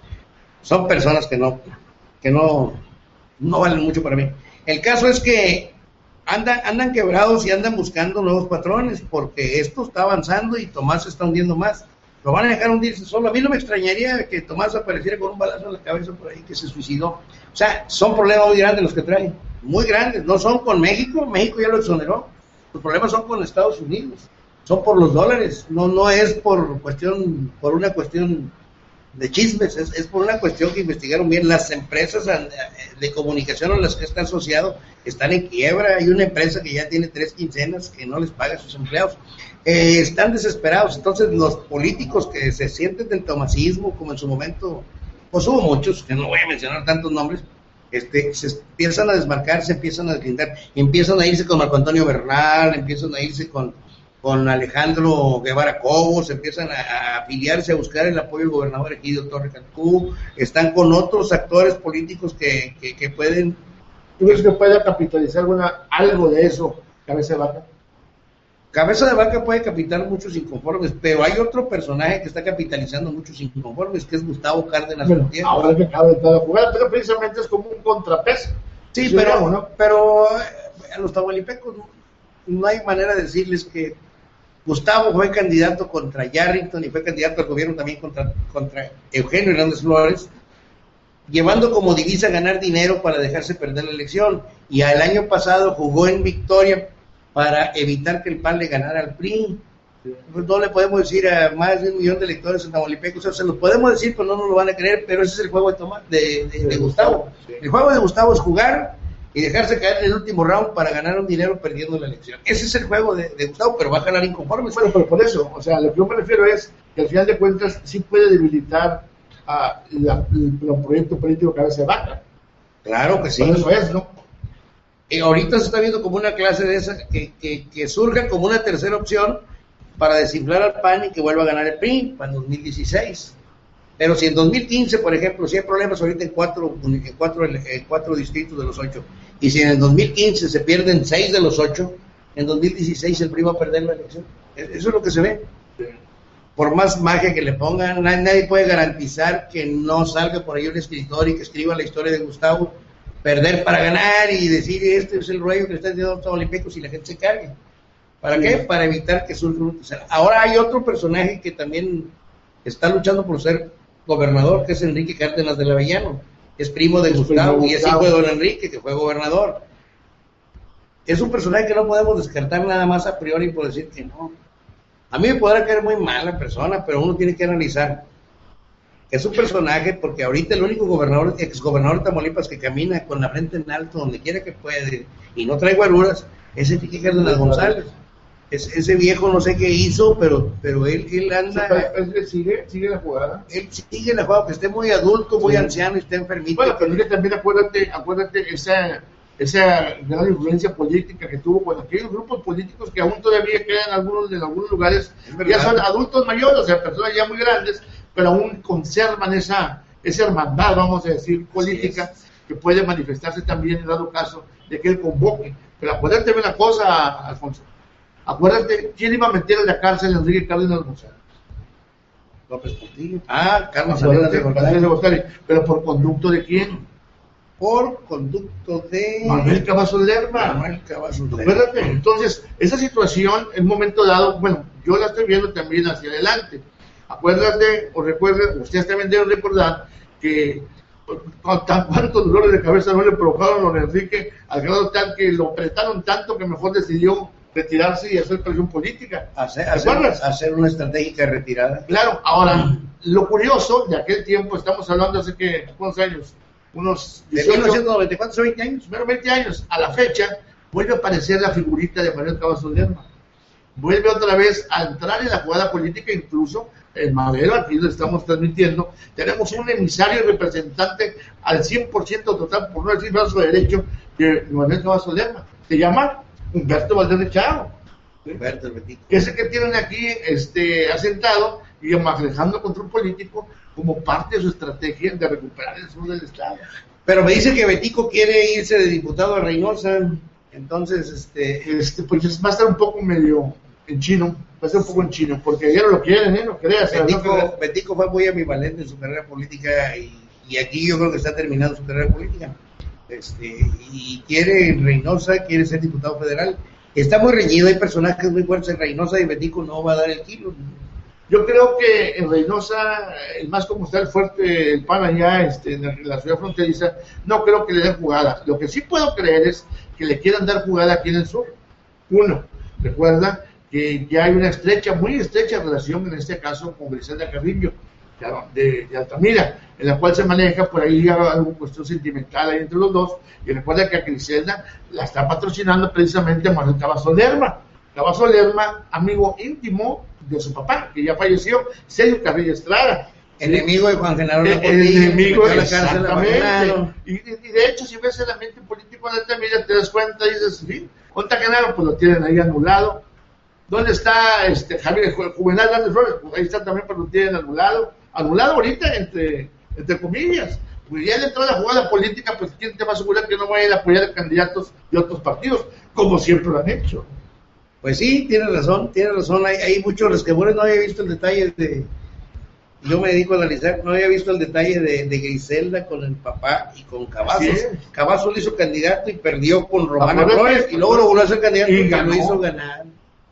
son personas que no, que no, no valen mucho para mí. El caso es que andan, andan quebrados y andan buscando nuevos patrones porque esto está avanzando y Tomás se está hundiendo más. lo van a dejar hundirse solo. A mí no me extrañaría que Tomás apareciera con un balazo en la cabeza por ahí, que se suicidó. O sea, son problemas muy grandes los que traen, muy grandes. No son con México, México ya lo exoneró. Los problemas son con Estados Unidos, son por los dólares. No, no es por cuestión, por una cuestión de chismes, es, es por una cuestión que investigaron bien. Las empresas de comunicación a las que está asociado están en quiebra. Hay una empresa que ya tiene tres quincenas que no les paga a sus empleados. Eh, están desesperados. Entonces los políticos que se sienten del tomasismo, como en su momento, pues hubo muchos, que no voy a mencionar tantos nombres, este, se empiezan a desmarcar, se empiezan a deslindar, empiezan a irse con Marco Antonio Bernal, empiezan a irse con con Alejandro Guevara Cobos, empiezan a, a afiliarse, a buscar el apoyo del gobernador Egidio Torre Cantú, están con otros actores políticos que, que, que pueden... ¿Tú crees que pueda capitalizar una, algo de eso, Cabeza de Vaca? Cabeza de Vaca puede capitalizar muchos inconformes, pero hay otro personaje que está capitalizando muchos inconformes, que es Gustavo Cárdenas bueno, Gutiérrez. Ahora que acaba de entrar a jugar, pero precisamente es como un contrapeso. Sí, sí, pero, ¿no? pero a los tamaulipencos no, no hay manera de decirles que Gustavo fue candidato contra Yarrington y fue candidato al gobierno también contra, contra Eugenio Hernández Flores, llevando como divisa ganar dinero para dejarse perder la elección. Y el año pasado jugó en Victoria para evitar que el P A N le ganara al P R I. Pues no le podemos decir a más de un millón de electores en Tamaulipas, o sea, se lo podemos decir, pero no nos lo van a creer, pero ese es el juego de, Tomás, de, de, de Gustavo. El juego de Gustavo es jugar y dejarse caer en el último round para ganar un dinero perdiendo la elección. Ese es el juego de, de Gustavo, pero va a ganar inconformes. Bueno, pero por eso, o sea, lo que yo me refiero es que al final de cuentas sí puede debilitar a la, el, el proyecto político Cabeza de Vaca. Claro que sí. Por eso es, ¿no? Y ahorita se está viendo como una clase de esa que, que, que surja como una tercera opción para desinflar al P A N y que vuelva a ganar el P R I para el dos mil dieciséis. Pero si en dos mil quince, por ejemplo, si hay problemas ahorita en cuatro, en cuatro, en cuatro distritos de los ocho, y si en el dos mil quince se pierden seis de los ocho, en dos mil dieciséis el P R I va a perder la elección. Eso es lo que se ve. Por más magia que le pongan, nadie puede garantizar que no salga por ahí un escritor y que escriba la historia de Gustavo, perder para ganar y decir, este es el rollo que le están diciendo a los olimpicos y la gente se cargue. ¿Para sí. qué? Para evitar que surja un... Ahora hay otro personaje que también está luchando por ser gobernador, que es Enrique Cárdenas del Avellano, es primo de Gustavo, primo y es hijo de don Enrique, que fue gobernador. Es un personaje que no podemos descartar nada más a priori por decir que no. A mí me podrá caer muy mal la persona, pero uno tiene que analizar. Es un personaje porque ahorita el único gobernador, exgobernador de Tamaulipas que camina con la frente en alto donde quiera que puede y no trae guaruras, es Enrique Cárdenas González. Es, ese viejo no sé qué hizo, pero pero él, él anda... Sí, él sigue, sigue la jugada. Él sigue la jugada, que esté muy adulto, muy sí. anciano y esté enfermito. Bueno, pero que también acuérdate, acuérdate esa, esa gran influencia política que tuvo con aquellos grupos políticos que aún todavía quedan algunos en algunos lugares, ya son adultos mayores, o sea, personas ya muy grandes, pero aún conservan esa, esa hermandad, vamos a decir, política, sí, que puede manifestarse también en dado caso de que él convoque. Pero acuérdate de una cosa, Alfonso. Acuérdate, ¿quién iba a meter en la cárcel a Enrique Cárdenas González? López Portillo. Ah, Carlos Salinas de Gortari. ¿Pero por conducto de quién? Por conducto de... Manuel Cavazos Lerma. Manuel Cavazos Lerma. Acuérdate, entonces, esa situación, en un momento dado, bueno, yo la estoy viendo también hacia adelante. Acuérdate, o recuerden, ustedes también deben recordar que con tan cuantos dolores de cabeza no le provocaron a don Enrique, al grado tal que lo apretaron tanto que mejor decidió retirarse y hacer presión política. Hacer, hacer, hacer una estratégica retirada. Claro, ahora, mm. lo curioso de aquel tiempo, estamos hablando hace que, ¿cuántos años? Unos dieciocho, de mil novecientos noventa y cuatro, veinte años. Menos veinte años. A la fecha, vuelve a aparecer la figurita de Manuel Cavazos Lerma. Vuelve otra vez a entrar en la jugada política, incluso en Madero, aquí lo estamos transmitiendo. Tenemos un emisario y representante al cien por ciento total, por no decir brazo derecho, de Manuel Cavazos Lerma. Se llama Humberto Valdés Chao, Humberto el Betico, que es el que tienen aquí este, asentado y manejando contra un político como parte de su estrategia de recuperar el sur del estado. Pero me dice que Betico quiere irse de diputado a Reynosa, entonces este, este pues va a estar un poco medio en chino, va a estar un poco en chino, porque ya no lo quieren, ¿eh? No creas. Betico, no Betico fue muy ambivalente en su carrera política y, y aquí yo creo que está terminando su carrera política. Este, y quiere en Reynosa, quiere ser diputado federal. Está muy reñido, hay personajes muy fuertes en Reynosa y Betico no va a dar el kilo. Yo creo que en Reynosa, el más como está el fuerte, el P A N allá este, en, la, en la ciudad fronteriza, no creo que le den jugada. Lo que sí puedo creer es que le quieran dar jugada aquí en el sur. Uno, recuerda que ya hay una estrecha, muy estrecha relación en este caso con Griselda Carrillo, de, de Altamira, en la cual se maneja por ahí alguna cuestión sentimental ahí entre los dos, y recuerda que a Griselda la está patrocinando precisamente Manuel Cavazo Lerma. Cavazo Lerma, amigo íntimo de su papá, que ya falleció, Sergio Carrillo Estrada. Enemigo de Juan Genaro. El, el enemigo, exactamente. Y, y de hecho, si ves el ambiente político de Altamira, te das cuenta y dices, sí, ¿dónde está Genaro? Pues lo tienen ahí anulado. ¿Dónde está este Javier Juvenal Hernández Flores? Pues ahí está también, pero lo tienen anulado. Anulado ahorita, entre, entre comillas. Pues ya dentro de la jugada política, pues ¿quién te va a asegurar que no vayan a apoyar a candidatos de otros partidos? Como siempre lo han hecho. Pues sí, tiene razón, tiene razón. Hay, hay muchos resquemores, no había visto el detalle de... Yo me dedico a analizar, no había visto el detalle de, de Griselda con el papá y con Cavazos. Sí. Cavazos lo hizo candidato y perdió con Romana Flores, y luego lo volvió a ser candidato y, y lo hizo ganar.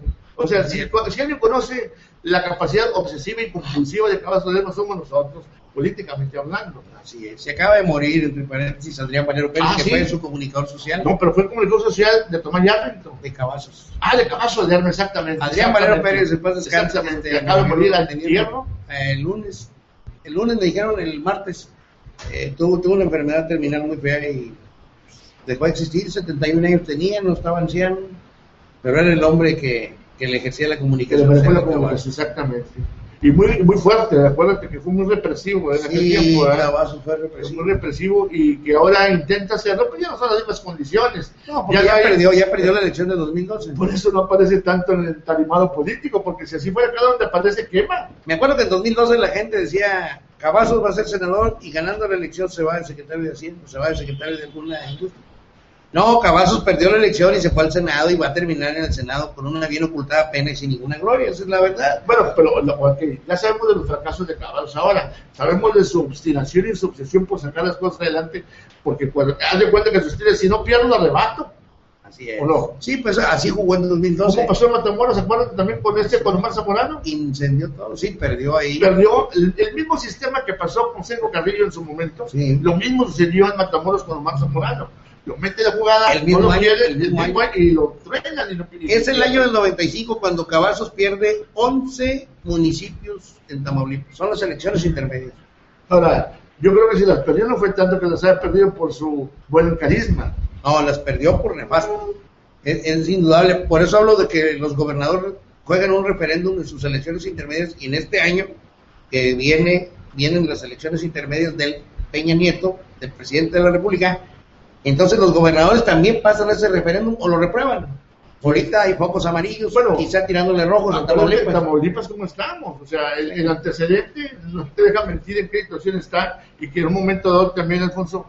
O sea, si, si alguien conoce la capacidad obsesiva y compulsiva de Cavazos, no somos nosotros, políticamente hablando. Así es. Se acaba de morir, entre paréntesis, Adrián Valero Pérez, ah, que ¿sí? fue su comunicador social. No, pero fue el comunicador social de Tomás Yarrington. De Cavazos. Ah, de Cavazos, de Arme, exactamente. Adrián Valero Pérez, después descansa. Exactamente, este, acaba de morir al entierro. El lunes. El lunes me dijeron, el martes, eh, tuvo, tuvo una enfermedad terminal muy fea y dejó de existir, setenta y un años tenía, no estaba anciano, pero era el hombre que, que le ejercía la comunicación. Que le la comunicación, exactamente. Y muy muy fuerte, acuérdate que fue muy represivo en aquel sí, tiempo. Cavazos fue represivo. Muy represivo y que ahora intenta hacerlo, pero ya no son las mismas condiciones. No, porque ya, ya, perdió, ya perdió la elección de dos mil doce. Por eso no aparece tanto en el tarimado político, porque si así fuera cada donde aparece quema. Me acuerdo que en dos mil doce la gente decía, Cavazos va a ser senador y ganando la elección se va el secretario de Hacienda, se va el secretario de alguna industria. No, Cavazos perdió la elección y se fue al Senado y va a terminar en el Senado con una bien ocultada pena y sin ninguna gloria, esa es la verdad. Bueno, pero lo, okay, ya sabemos de los fracasos de Cavazos ahora, sabemos de su obstinación y su obsesión por sacar las cosas adelante, porque cuando, haz de cuenta que su estilo, si no pierdo, lo arrebato. Así es. ¿O no? Sí, pues así jugó en dos mil doce. ¿Cómo pasó en Matamoros? ¿Se acuerdan también con este, con Omar Zamorano? Incendió todo, sí, perdió ahí. Perdió el, el mismo sistema que pasó con Sergio Carrillo en su momento, sí. Lo mismo sucedió en Matamoros con Omar Zamorano. Lo mete la jugada, el mismo no lo año, pierde, el mismo el mismo año. año, y lo truenan. Y lo, y es el año del noventa y cinco cuando Cavazos pierde once municipios en Tamaulipas. Son las elecciones intermedias. Ahora, yo creo que si las perdió no fue tanto que las haya perdido por su buen carisma. No, las perdió por nefasto. Es, es indudable. Por eso hablo de que los gobernadores juegan un referéndum en sus elecciones intermedias y en este año que viene vienen las elecciones intermedias del Peña Nieto, del presidente de la República. Entonces los gobernadores también pasan ese referéndum o lo reprueban. Ahorita hay focos amarillos, bueno, quizá tirándole rojos a Tamaulipas. Tamaulipas, ¿cómo estamos? O sea, el, el antecedente no te deja mentir en qué situación está y que en un momento dado también, Alfonso,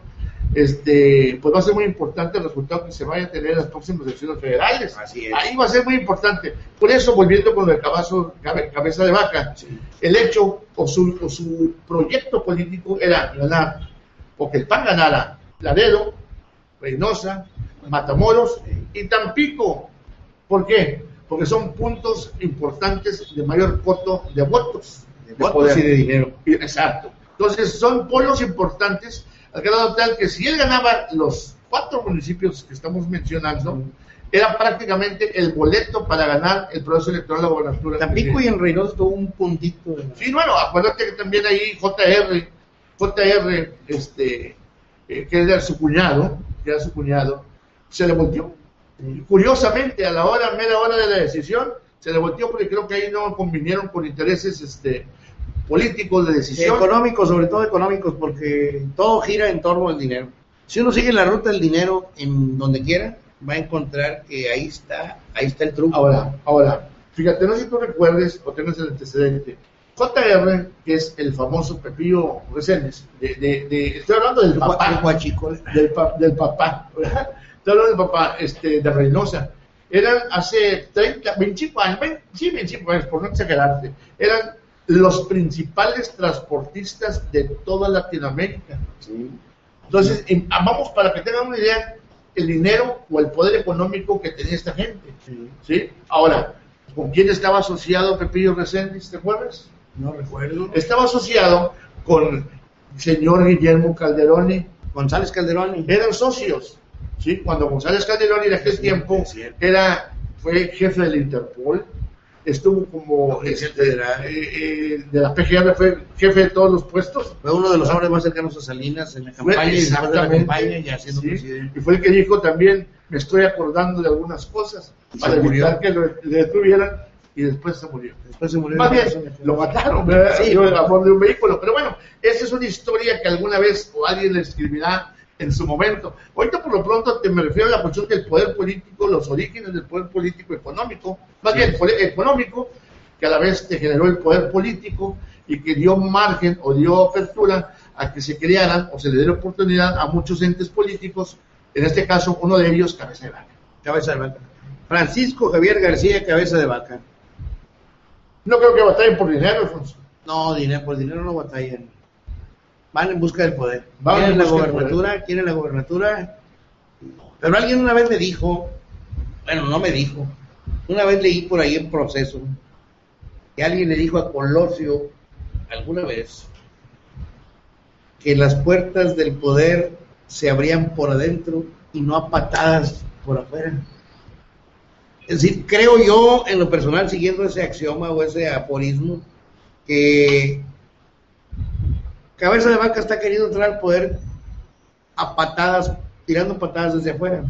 este, pues va a ser muy importante el resultado que se vaya a tener en las próximas elecciones federales. Así es. Ahí va a ser muy importante. Por eso, volviendo con el Cavazo, cabeza de vaca, sí. El hecho o su, o su proyecto político era ganar, o que el P A N ganara Laredo, Reynosa, Matamoros y Tampico. ¿Por qué? Porque son puntos importantes de mayor coto de votos, de, de votos poder. Y de dinero. Exacto. Entonces son polos importantes, al grado tal que si él ganaba los cuatro municipios que estamos mencionando, mm. era prácticamente el boleto para ganar el proceso electoral de la gobernatura. Tampico y en Reynosa tuvo un puntito. De... Sí, bueno, acuérdate que también ahí J R, J R, este, eh, que era su cuñado, que era su cuñado, se le volteó. Sí. Curiosamente, a la hora, media hora de la decisión, se le volteó porque creo que ahí no convinieron con intereses este, políticos de decisión. Económicos, sobre todo económicos, porque todo gira en torno al dinero. Si uno sigue la ruta del dinero en donde quiera, va a encontrar que ahí está, ahí está el truco. Ahora, ahora, fíjate, no sé si tú recuerdes o tengas el antecedente. J R, que es el famoso Pepillo Reséndez, de, de, de, estoy hablando del papá, del, pa, del papá, ¿verdad? Estoy hablando del papá este, de Reynosa, eran hace treinta, veinticinco años, veinte, sí, veinticinco años, por no exagerarte, eran los principales transportistas de toda Latinoamérica. Sí. Entonces, sí. Vamos, para que tengan una idea, el dinero o el poder económico que tenía esta gente. Sí. ¿Sí? Ahora, ¿Con quién estaba asociado Pepillo Reséndiz, te acuerdas? No recuerdo. Estaba asociado con el señor Guillermo Calderoni. González Calderoni. Eran socios, ¿sí? Cuando González Calderoni en aquel tiempo era, fue jefe del Interpol, estuvo como este, eh, eh, de la P G R, fue jefe de todos los puestos. Fue uno de los hombres más cercanos a Salinas en la campaña, y después de la campaña ya siendo sí, presidente. y fue el que dijo también, me estoy acordando de algunas cosas, y para evitar que lo, le detuvieran, y después se murió. Después se murió. Más bien, lo mataron, ¿verdad? Sí, a favor de un vehículo. Pero bueno, esa es una historia que alguna vez o alguien le escribirá en su momento. Ahorita por lo pronto te me refiero a la cuestión del poder político, los orígenes del poder político económico, más bien económico, que a la vez te generó el poder político y que dio margen o dio apertura a que se crearan o se le diera oportunidad a muchos entes políticos, en este caso uno de ellos, Cabeza de Vaca. Cabeza de Vaca. Francisco Javier García, Cabeza de Vaca. No creo que batallen por dinero, Alfonso. No, dinero, por dinero no batallan. Van en busca del poder. Van quieren la gobernatura, gobernatura, quieren la gobernatura. Pero alguien una vez me dijo, bueno, no me dijo, una vez leí por ahí en Proceso, que alguien le dijo a Colosio, alguna vez, que las puertas del poder se abrían por adentro y no a patadas por afuera. Es decir, creo yo, en lo personal, siguiendo ese axioma o ese aforismo, que Cabeza de Vaca está queriendo entrar al poder a patadas, tirando patadas desde afuera.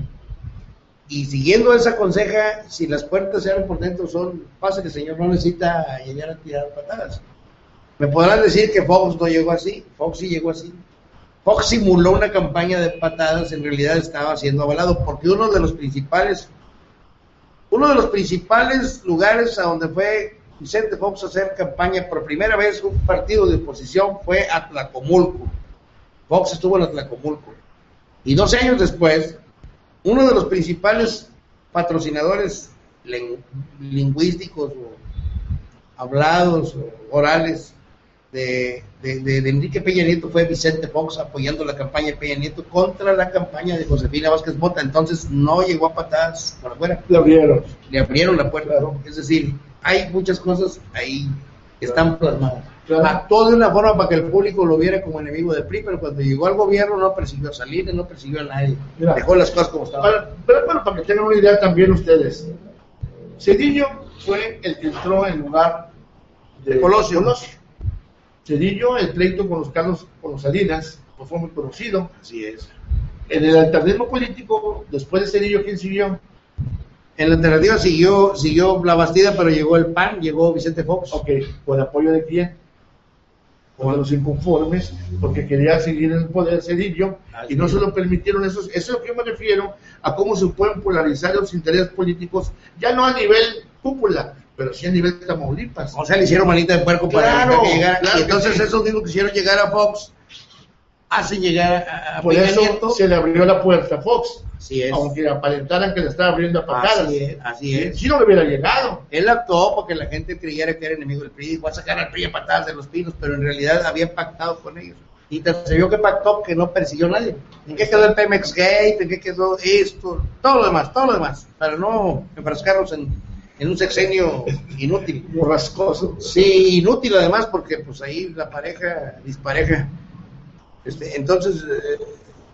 Y siguiendo esa conseja, si las puertas se abren por dentro, son fáciles, señor, no necesita llegar a tirar patadas. Me podrán decir que Fox no llegó así, Fox sí llegó así. Fox simuló una campaña de patadas, en realidad estaba siendo avalado, porque uno de los principales, uno de los principales lugares a donde fue Vicente Fox a hacer campaña por primera vez un partido de oposición fue Atlacomulco. Fox estuvo en Atlacomulco. Y doce años después, uno de los principales patrocinadores ling- lingüísticos o hablados o orales de, de, de, de Enrique Peña Nieto fue Vicente Fox, apoyando la campaña de Peña Nieto contra la campaña de Josefina Vázquez Mota. Entonces no llegó a patadas por afuera. Le abrieron. Le abrieron la puerta. Claro. Es decir, hay muchas cosas ahí que están plasmadas. Claro. Actuó de una forma para que el público lo viera como enemigo del P R I, pero cuando llegó al gobierno no persiguió a Salinas, no persiguió a nadie. Mira. Dejó las cosas como estaban. Para, pero bueno, para que tengan una idea también ustedes, Cedillo fue el que entró en lugar de Colosio. Colosio. Cedillo, el pleito con los Carlos, con los Salinas, pues fue muy conocido. Así es. En el alternismo político, después de Cedillo, ¿quién siguió? En la alternativa siguió siguió la Bastida, pero llegó el P A N, llegó Vicente Fox. Ok, ¿con apoyo de quién? Con los inconformes, porque quería seguir en el poder Cedillo, y no se lo permitieron. Eso, eso es lo que yo me refiero a cómo se pueden polarizar los intereses políticos, ya no a nivel cúpula, pero sí a nivel Tamaulipas. O sea, le hicieron manita de puerco para Claro, que llegara. claro Y entonces que sí. esos mismos que quisieron llegar a Fox hacen llegar a, a Por Peña eso Nieto. se le abrió la puerta a Fox, Así es. aunque aparentaran que le estaba abriendo a patadas. Así es, así es. Si no le hubiera llegado. Él actuó porque la gente creyera que era enemigo del P R I, dijo a sacar al P R I a patadas de los pinos, pero en realidad había pactado con ellos. Y se vio que pactó, que no persiguió a nadie. ¿En qué quedó el Pemex Gate? ¿En qué quedó esto? Todo lo demás, todo lo demás, para no enfrascarnos en, en un sexenio inútil. Borrascoso. Sí, inútil además, porque pues ahí la pareja dispareja. Este, entonces, eh,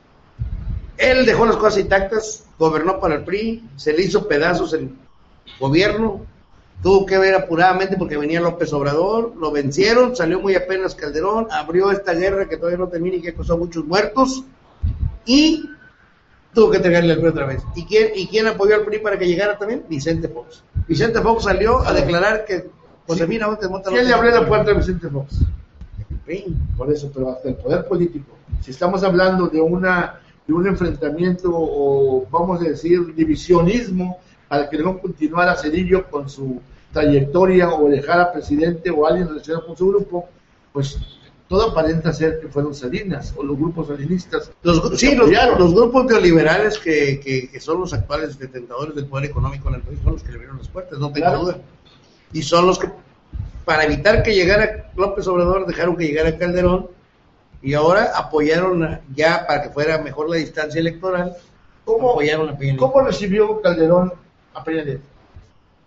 él dejó las cosas intactas, gobernó para el P R I, se le hizo pedazos el gobierno, tuvo que ver apuradamente porque venía López Obrador, lo vencieron, salió muy apenas Calderón, abrió esta guerra que todavía no termina y que causó muchos muertos, y tuvo que entregarle el P R I otra vez. ¿Y quién, ¿Y quién apoyó al P R I para que llegara también? Vicente Fox. Vicente Fox salió a declarar que Josefina Vázquez Mota... ¿Quién le abrió la puerta a Vicente Fox? P R I. Por eso, pero hasta el poder político. Si estamos hablando de una de un enfrentamiento o vamos a decir divisionismo para que no continuara Cedillo con su trayectoria o dejara presidente o alguien relacionado con su grupo, pues todo aparenta ser que fueron Salinas o los grupos salinistas. Los, sí, los, los grupos neoliberales que, que, que son los actuales detentadores del poder económico en el país son los que le abrieron las puertas, no tengo Claro. duda. Y son los que, para evitar que llegara López Obrador, dejaron que llegara Calderón y ahora apoyaron a, ya para que fuera mejor la distancia electoral, ¿Cómo, apoyaron a Peña Nieto. ¿Cómo recibió Calderón a Peña Nieto?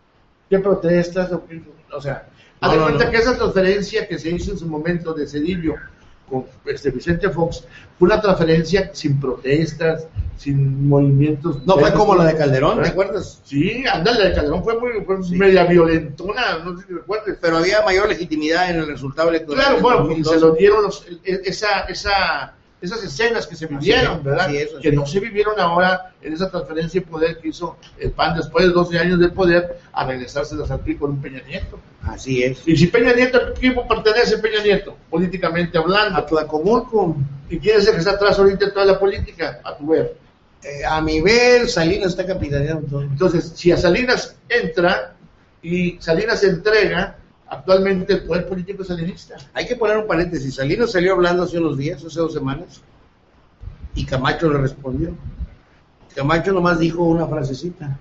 ¿Qué protestas? O, o sea, no, haz de no, cuenta no. que esa transferencia que se hizo en su momento de Cedillo con este Vicente Fox fue una transferencia sin protestas, sin movimientos. No fue como la de Calderón, ¿te acuerdas? Sí, anda, la de Calderón fue muy fue sí. media violentona, no sé si recuerdas. Pero había mayor legitimidad en el resultado electoral. Claro, bueno, porque se lo dieron los, esa, esa, esas escenas que se vivieron, así, ¿verdad? Así es, así que no se vivieron ahora en esa transferencia de poder que hizo el P A N después de doce años de poder a regresarse al P R I con un Peña Nieto. Así es. Y si Peña Nieto, ¿a qué equipo pertenece Peña Nieto? Políticamente hablando. A Tlacomulco. ¿Y quién es el que está atrás ahorita en toda la política? A tu ver. Eh, a mi ver, Salinas está capitaneando todo. Entonces, si a Salinas entra y Salinas entrega, actualmente el poder político es salinista. Hay que poner un paréntesis. Salinas salió hablando hace unos días, hace dos semanas, y Camacho le respondió. Camacho nomás dijo una frasecita.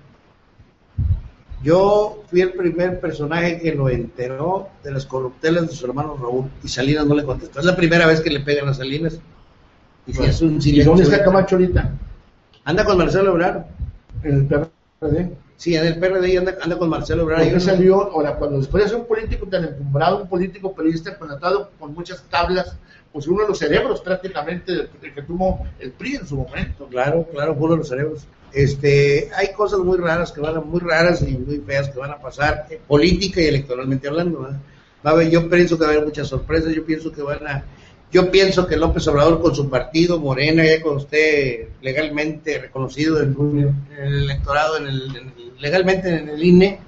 Yo fui el primer personaje que lo enteró de las corruptelas de su hermano Raúl, y Salinas no le contestó. Es la primera vez que le pegan a Salinas. Y bueno, es un ¿y dónde está Camacho ahorita? Anda con Marcelo Ebrard. En el P R D. Sí, en el P R D y anda, anda con Marcelo Ebrard. ¿Por qué salió? Ahora, cuando después de ser un político tan encumbrado, un político periodista conectado con muchas tablas, pues uno de los cerebros prácticamente de, de que tuvo el P R I en su momento. Claro, claro, fue uno de los cerebros. Este, hay cosas muy raras que van a, muy raras y muy feas que van a pasar, eh, política y electoralmente hablando, ¿verdad? Va a haber, yo pienso que va a haber muchas sorpresas, yo pienso que van a, yo pienso que López Obrador con su partido Morena, ya con usted legalmente reconocido en, en el electorado, en el, en el, legalmente en el I N E,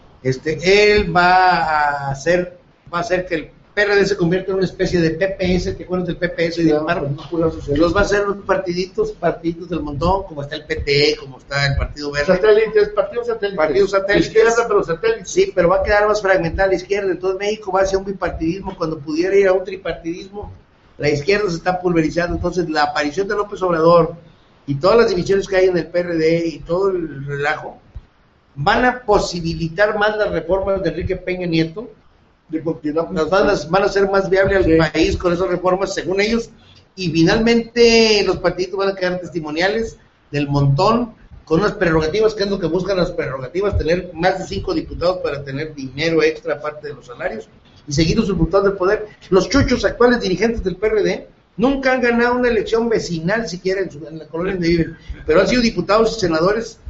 este, él va a hacer, va a hacer que el P R D se convierta en una especie de P P S, ¿te acuerdas del P P S? Sí, de claro, los va a hacer unos partiditos, partiditos del montón, como está el P T, como está el Partido Verde. Satélites, partidos satélites. Partidos satélites. Izquierda, pero satélites. Sí, pero va a quedar más fragmentada la izquierda, entonces México va hacia un bipartidismo cuando pudiera ir a un tripartidismo. La izquierda se está pulverizando, entonces la aparición de López Obrador y todas las divisiones que hay en el P R D y todo el relajo van a posibilitar más las reformas de Enrique Peña Nieto, de continuar, las van a, van a ser más viables al sí. país con esas reformas según ellos, y finalmente los partidos van a quedar testimoniales del montón con unas prerrogativas, que es lo que buscan las prerrogativas, tener más de cinco diputados para tener dinero extra aparte de los salarios y seguir usurpando el poder. Los chuchos actuales dirigentes del P R D nunca han ganado una elección vecinal siquiera en, su, en la colonia donde viven, pero han sido diputados y senadores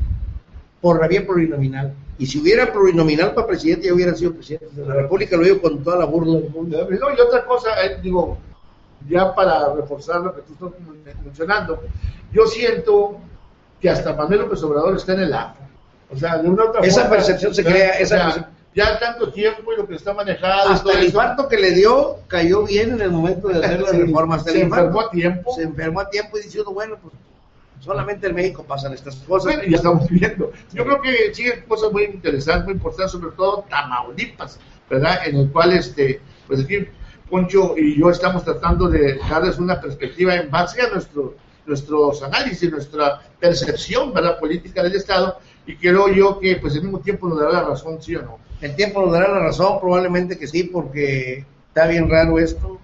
por la vía plurinominal. Y si hubiera plurinominal para presidente, ya hubiera sido presidente de la República, lo digo con toda la burla del mundo. No, y otra cosa, eh, digo, ya para reforzar lo que tú estás mencionando, yo siento que hasta Manuel López Obrador está en el A F A. O sea, de una otra esa forma, percepción se crea, esa o sea, percepción. Ya tanto tiempo y lo que está manejado. Hasta el infarto que le dio, cayó bien en el momento de hacer las sí, reformas. Se enfermó a tiempo. Se enfermó a tiempo y diciendo, bueno, pues solamente en México pasan estas cosas. Bueno, ya estamos viendo. Yo creo que siguen cosas muy interesantes, muy importantes, sobre todo Tamaulipas, ¿verdad? En el cual, este, pues aquí Poncho y yo estamos tratando de darles una perspectiva en base a nuestro, nuestros análisis, nuestra percepción, ¿verdad? Política del Estado, y creo yo que, pues al mismo tiempo nos dará la razón, ¿sí o no? El tiempo nos dará la razón, probablemente que sí, porque está bien raro esto.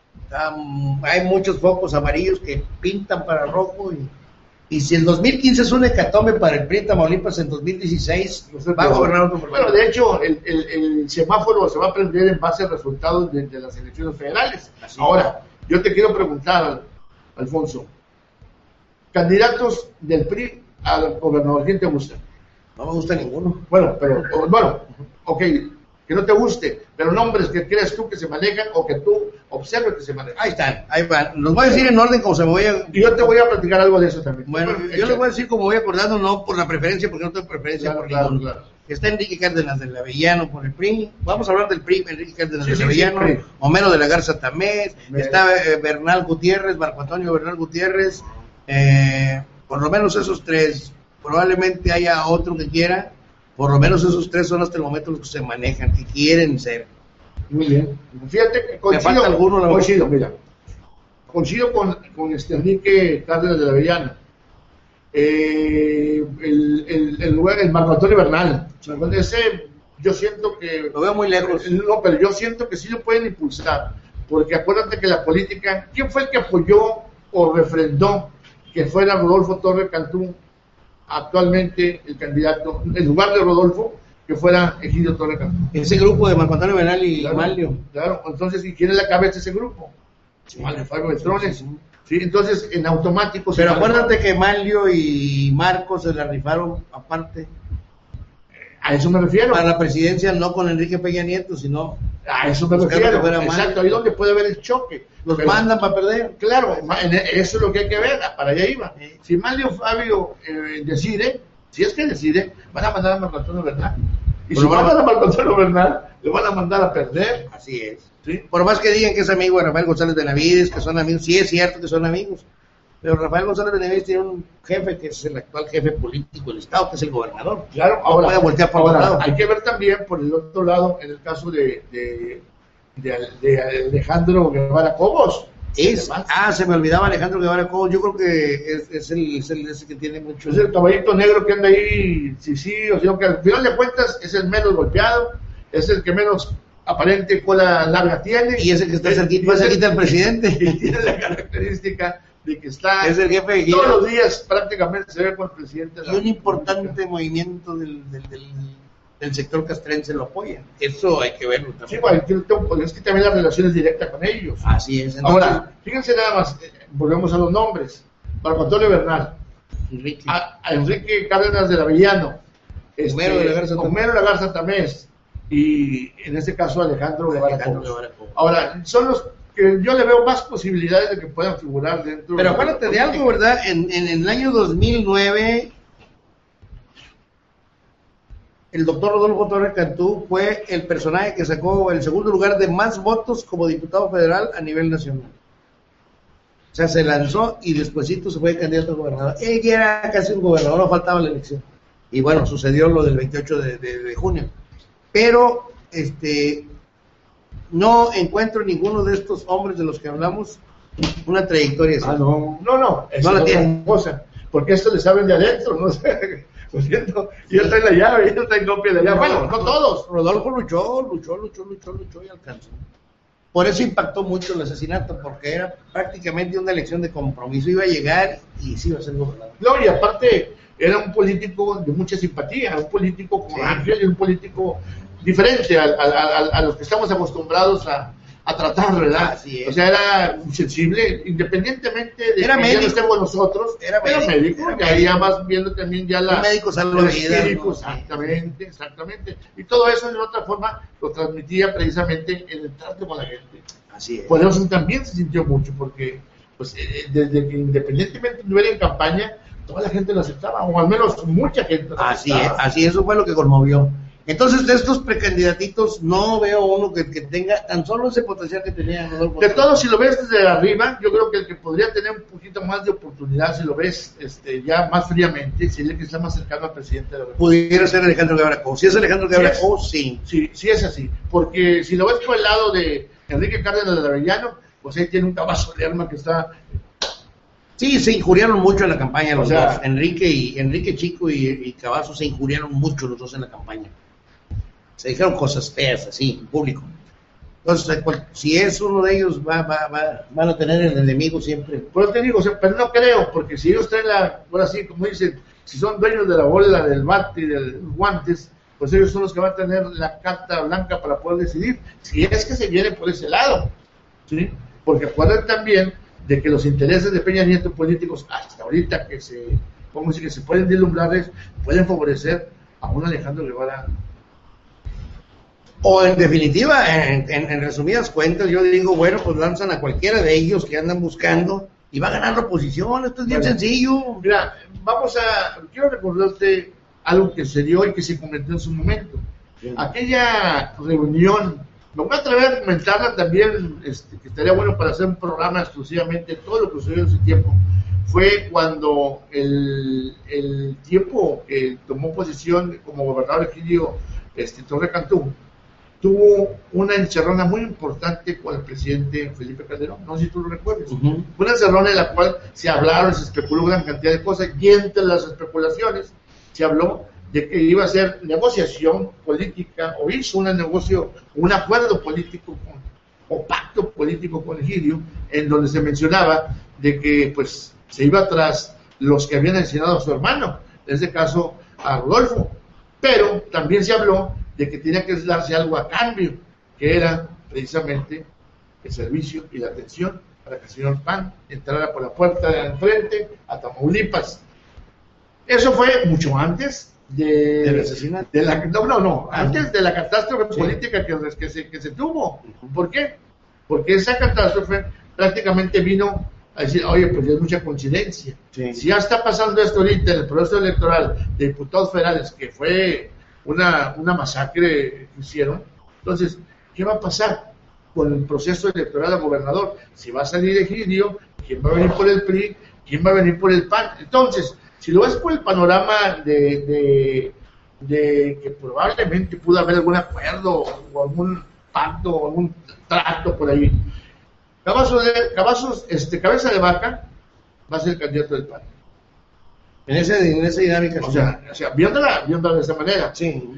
Um, hay muchos focos amarillos que pintan para rojo y Y si el dos mil quince es un hecatombe para el P R I en Tamaulipas, en dos mil dieciséis no sé, va a gobernar otro problema. Bueno, de hecho, el, el, el semáforo se va a prender en base a resultados de, de las elecciones federales. Así Ahora, es. yo te quiero preguntar, Alfonso, candidatos del P R I al gobernador, ¿quién te gusta? No me gusta ninguno. Bueno, pero, bueno, ok, que no te guste, pero nombres que creas tú que se manejan o que tú observes que se manejan. Ahí están, ahí van. Los voy a decir en orden como se me voy a... Y yo te voy a platicar algo de eso también. Bueno, bueno yo les voy a decir como voy acordando, no por la preferencia, porque no tengo preferencia claro, por claro, ninguno. claro. Está Enrique Cárdenas del Avellano por el P R I. Vamos a hablar del P R I, Enrique Cárdenas sí, del sí, Avellano, sí, Homero de la Garza Tamés, Me... está eh, Bernal Gutiérrez, Marco Antonio Bernal Gutiérrez, eh, por lo menos esos tres. Probablemente haya otro que quiera. Por lo menos esos tres son hasta el momento los que se manejan, que quieren ser. Muy bien. Fíjate, coincido, me falta alguno, la coincido, mira. Coincido con, con este Enrique Cárdenas de la Avellana. Eh, el, el, el lugar, el Marco Antonio Bernal. Ese, yo siento que... Lo veo muy lejos. No, pero yo siento que sí lo pueden impulsar. Porque acuérdate que la política... ¿Quién fue el que apoyó o refrendó que fuera Rodolfo Torre Cantú actualmente el candidato, en lugar de Rodolfo, que fuera Egidio Torre Cantú. Ese grupo de Marco Antonio Bernal y Claro, Manlio. claro, entonces, ¿y quién es la cabeza de ese grupo? Sí, Manlio Fabio Beltrones. sí, sí. Sí, entonces, en automático... Pero si acuérdate que Manlio y Marcos se la rifaron aparte. a eso me refiero. Para la presidencia no con Enrique Peña Nieto, sino A eso me buscando refiero. que fuera Exacto, Manlio. ahí donde puede haber el choque. los Pero- mandan para perder. Claro, ma- en- eso es lo que hay que ver, para allá iba. Si Manlio Fabio eh, decide, si es que decide, van a mandar a Marco Antonio Bernal. Y Pues si lo van a- mandan a Marco Antonio Bernal, lo van a mandar a perder. Así es. ¿Sí? Por más que digan que es amigo de Rafael González Benavides, que son amigos, sí es cierto que son amigos, pero Rafael González Benavides tiene un jefe que es el actual jefe político del Estado, que es el gobernador. Claro, No ahora, puede voltear para ahora, otro lado. hay que ver también por el otro lado, en el caso de, de, de, de Alejandro Guevara Cobos. Es, Además, ah, se me olvidaba Alejandro Guevara Cobos, yo creo que es, es, el, es el ese que tiene mucho... es el caballito negro que anda ahí, sí, sí, o sea, que al final de cuentas es el menos golpeado, es el que menos aparente cola larga tiene. Y es el que está Es- cerquita, y más es el- cerquita del presidente. Y tiene la característica de que está Es el jefe de gira. todos los días prácticamente se ve con el presidente. de la Y un República. importante movimiento del, del, del, del sector castrense lo apoya. Eso hay que verlo Sí, también. bueno, yo tengo- es que también la relación es directa con ellos. Así es. Entonces, Ahora, fíjense nada más, eh, volvemos a los nombres. Marco Antonio Bernal, Enrique. a, a Enrique Cárdenas del Avellano, este, Homero de la Garza Tamés. Homero de la Garza Tamés, y en este caso Alejandro Guevara Alejandro Cobos. Guevara Cobos. Ahora, son los que yo le veo más posibilidades de que puedan figurar dentro. Pero acuérdate de algo, ¿verdad? En, en, en el año dos mil nueve, el doctor Rodolfo Torre Cantú fue el personaje que sacó el segundo lugar de más votos como diputado federal a nivel nacional. O sea, se lanzó y despuesito se fue candidato a gobernador. Él ya era casi un gobernador, no faltaba la elección. Y bueno, sucedió lo del veintiocho de, de, de junio. Pero, este, no encuentro ninguno de estos hombres de los que hablamos una trayectoria así. Ah, no, no, no, eso No la es otra tiene. cosa, porque esto le saben de adentro, no sé, lo siento, y él trae la llave, y él trae copia de la llave, bueno, no todos. Rodolfo luchó, luchó, luchó, luchó, luchó y alcanzó. Por eso impactó mucho el asesinato, porque era prácticamente una elección de compromiso. Iba a llegar y sí iba a ser gobernador. No, y aparte, era un político de mucha simpatía, un político con Sí. ángel, y un político diferente a, a, a, a los que estamos acostumbrados a, a tratar, ¿verdad? Así es. O sea, era sensible, independientemente de Era que médico. ya no esté con nosotros, Era médico, médico, era y ahí ya médico. más viendo también ya la... Un médico salva el vidas, espíritu, ¿no? exactamente, exactamente. Y todo eso de otra forma lo transmitía precisamente en el trato con la gente. Así es. Por eso también se sintió mucho, porque pues eh, desde que independientemente no era en campaña, toda la gente lo aceptaba, o al menos mucha gente lo Así es, aceptaba. así eso fue lo que conmovió. Entonces, de estos precandidatitos, no veo uno que, que tenga tan solo ese potencial que tenía Rodolfo. De todo, si lo ves desde arriba, yo creo que el que podría tener un poquito más de oportunidad, si lo ves este, ya más fríamente, sería el que está más cercano al presidente de la República. Pudiera ser Alejandro Guevara Cobos. Si es Alejandro Guevara Sí. Cobos, sí. Sí, sí es así, porque si lo ves por el lado de Enrique Cárdenas del Avellano, pues ahí tiene un cabazo de arma que está... Sí, se injuriaron mucho en la campaña los O sea, dos. Enrique y Enrique Chico y, y Cavazo se injuriaron mucho los dos en la campaña. Se dijeron cosas feas así, en público. Entonces, cual- si es uno de ellos, va, va, va, van a tener el enemigo siempre. Pero te digo, o sea, pero no creo, porque si ellos traen la, ahora sí, como dicen, si son dueños de la bola, del bate y de los guantes, pues ellos son los que van a tener la carta blanca para poder decidir, si es que se viene por ese lado, ¿sí? Porque acuerdan también de que los intereses de Peña Nieto políticos, hasta ahorita que se, ¿cómo decir? Que se pueden deslumbrar, pueden favorecer a un Alejandro Guevara. O en definitiva, en, en, en resumidas cuentas, yo digo, bueno, pues lanzan a cualquiera de ellos que andan buscando y va a ganar la oposición. Esto es bien Bueno. sencillo. Mira, vamos a, quiero recordarte algo que se dio y que se convirtió en su momento. Aquella reunión, me voy a atrever a comentarla también, este, que estaría bueno para hacer un programa exclusivamente, todo lo que sucedió en ese tiempo, fue cuando el, el tiempo que tomó posición como gobernador Egidio este, Torre Cantú, tuvo una encerrona muy importante con el presidente Felipe Calderón, no sé si tú lo recuerdas. Ujú. Fue una encerrona en la cual se hablaron, se especuló una cantidad de cosas, y entre las especulaciones se habló de que iba a ser negociación política, o hizo un negocio, un acuerdo político con, o pacto político con Egidio, en donde se mencionaba de que pues se iba tras los que habían asesinado a su hermano, en este caso a Rodolfo, pero también se habló de que tenía que darse algo a cambio, que era precisamente el servicio y la atención para que el señor Pan entrara por la puerta de enfrente a Tamaulipas. Eso fue mucho antes de, ¿Del asesinato? De la, no, no, no, Ah, antes de la catástrofe sí. política que, que, se, que se tuvo. ¿Por qué? Porque esa catástrofe prácticamente vino a decir, oye, pues ya es mucha coincidencia. Sí. Si ya está pasando esto ahorita en el proceso electoral de diputados federales, que fue una, una masacre que hicieron, entonces, ¿qué va a pasar con el proceso electoral a gobernador? Si va a salir Egidio, ¿quién va a venir por el P R I? ¿Quién va a venir por el P A N? Entonces, si lo ves por el panorama de, de, de que probablemente pudo haber algún acuerdo o algún pacto o algún trato por ahí, Cavazos, de, Cavazos este, Cabeza de Vaca va a ser el candidato del P A N. En, ese, en esa dinámica. O sea, o sea viéndola, viéndola de esa manera. Sí.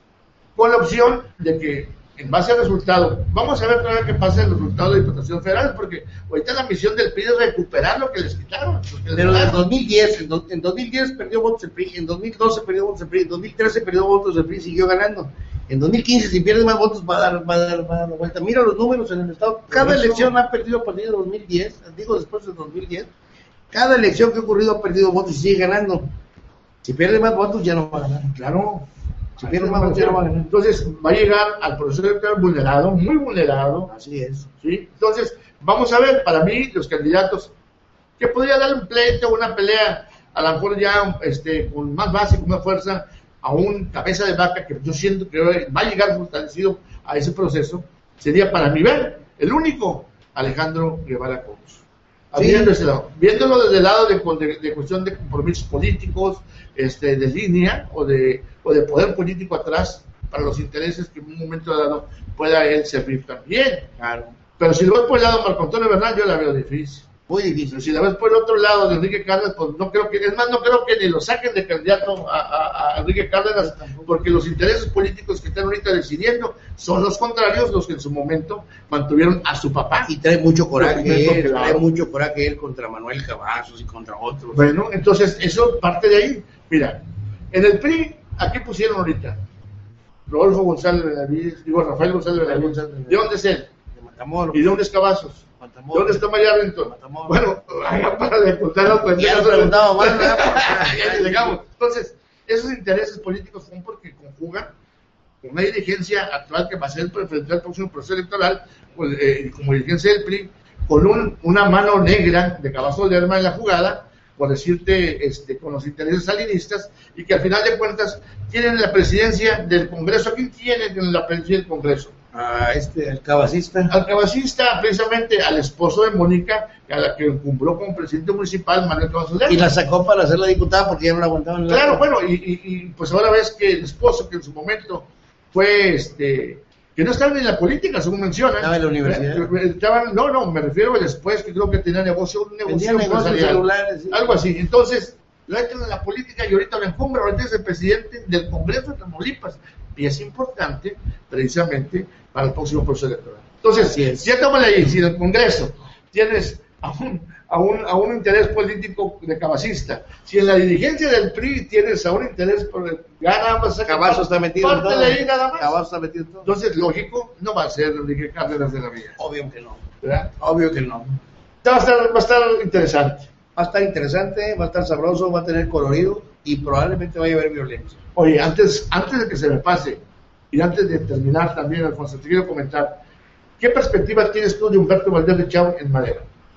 Con la opción de que, en base al resultado, vamos a ver todavía qué pasa en los resultados de Diputación Federal, porque ahorita la misión del P R I es recuperar lo que les quitaron. Que les Pero en quitaron. dos mil diez, en, do, en dos mil diez perdió votos el P R I, en dos mil doce perdió votos el P R I, en dos mil trece perdió votos el P R I y siguió ganando. En dos mil quince, si pierde más votos, va a dar, va a dar, va a dar la vuelta. Mira los números en el estado. Cada eso, elección ha perdido a partir de dos mil diez, digo después de dos mil diez. Cada elección que ha ocurrido ha perdido votos y sigue ganando. Si pierde más votos, ya no va a ganar. Claro. Si pierde más votos, ya no va a ganar. Entonces va a llegar al proceso electoral vulnerado, muy vulnerado. Así es. ¿Sí? Entonces, vamos a ver, para mí, los candidatos que podría darle un pleito, una pelea, a lo mejor ya este, con más base, con más fuerza, a un Cabeza de Vaca, que yo siento que va a llegar fortalecido a ese proceso, sería para mí ver el único Alejandro Guevara Cobos. Sí. Viendo ese lado, viéndolo desde el lado de, de, de cuestión de compromisos políticos, este, de línea o de, o de poder político atrás para los intereses que en un momento dado pueda él servir también. Claro. Pero si lo ves por el lado de Marco Antonio Bernal, yo la veo difícil. Muy difícil. Pero si la ves por el otro lado de Enrique Cárdenas, pues no creo que, es más, no creo que ni lo saquen de candidato a, a, a Enrique Cárdenas, porque los intereses políticos que están ahorita decidiendo son los contrarios, los que en su momento mantuvieron a su papá. Y trae mucho coraje Documento él, claro. trae mucho coraje él contra Manuel Cavazos y contra otros. Bueno, entonces eso parte de ahí. Mira, en el P R I, ¿a qué pusieron ahorita? Rodolfo González Benavides, digo Rafael González Benavides. ¿De dónde es él? De Matamoros. ¿Y de dónde es Cavazos? ¿De Matamoros. dónde está Mayarlington? Matamoros. Bueno, para de contar las Ya pendejas. lo preguntaba más, ¿verdad? Ya llegamos. Entonces, esos intereses políticos son porque conjugan con una dirigencia actual que va a ser frente al próximo proceso electoral, pues, eh, como dirigencia del P R I, con un, una mano negra de Cavazos de Arma en la jugada, por decirte, este, con los intereses salinistas, y que al final de cuentas tienen la presidencia del Congreso. ¿Quién tiene la presidencia del Congreso? A este, el cabacista. Al cabacista, precisamente al esposo de Mónica, a la que encumbró como presidente municipal, Manuel Cavazos de Arma. Y la sacó para hacerla diputada porque ya no la aguantaban. Claro, bueno, y, y, y pues ahora ves que el esposo, que en su momento fue, este, que no estaba en la política, según mencionan. Estaba en la universidad. Eh, eh, estaba- no, no, me refiero a después, que creo que tenía negocio, un negocio Vendía negocios empresarial, celulares. Sí. algo así. Entonces, lo entran en la política y ahorita lo encumbra, ahorita es el presidente del Congreso de Tamaulipas, pieza importante, precisamente, para el próximo proceso electoral. Entonces, Así es. ya tómale ahí, si en el Congreso tienes a un, a un, a un interés político de cabacista, si en la dirigencia del P R I tienes a un interés por gana más, Cavazos está metido en todo. parte de ahí nada más. Cavazos está metido en todo. Entonces, lógico, no va a ser Enrique Cárdenas de la Villa, Obvio que no. ¿verdad? Obvio que no. Va a estar, va a estar interesante. Va a estar interesante, va a estar sabroso, va a tener colorido y probablemente vaya a haber violencia. Oye, antes, antes de que se me pase, y antes de terminar también, Alfonso, te quiero comentar, ¿qué perspectiva tienes tú de Humberto Valdés de Chao en Madera?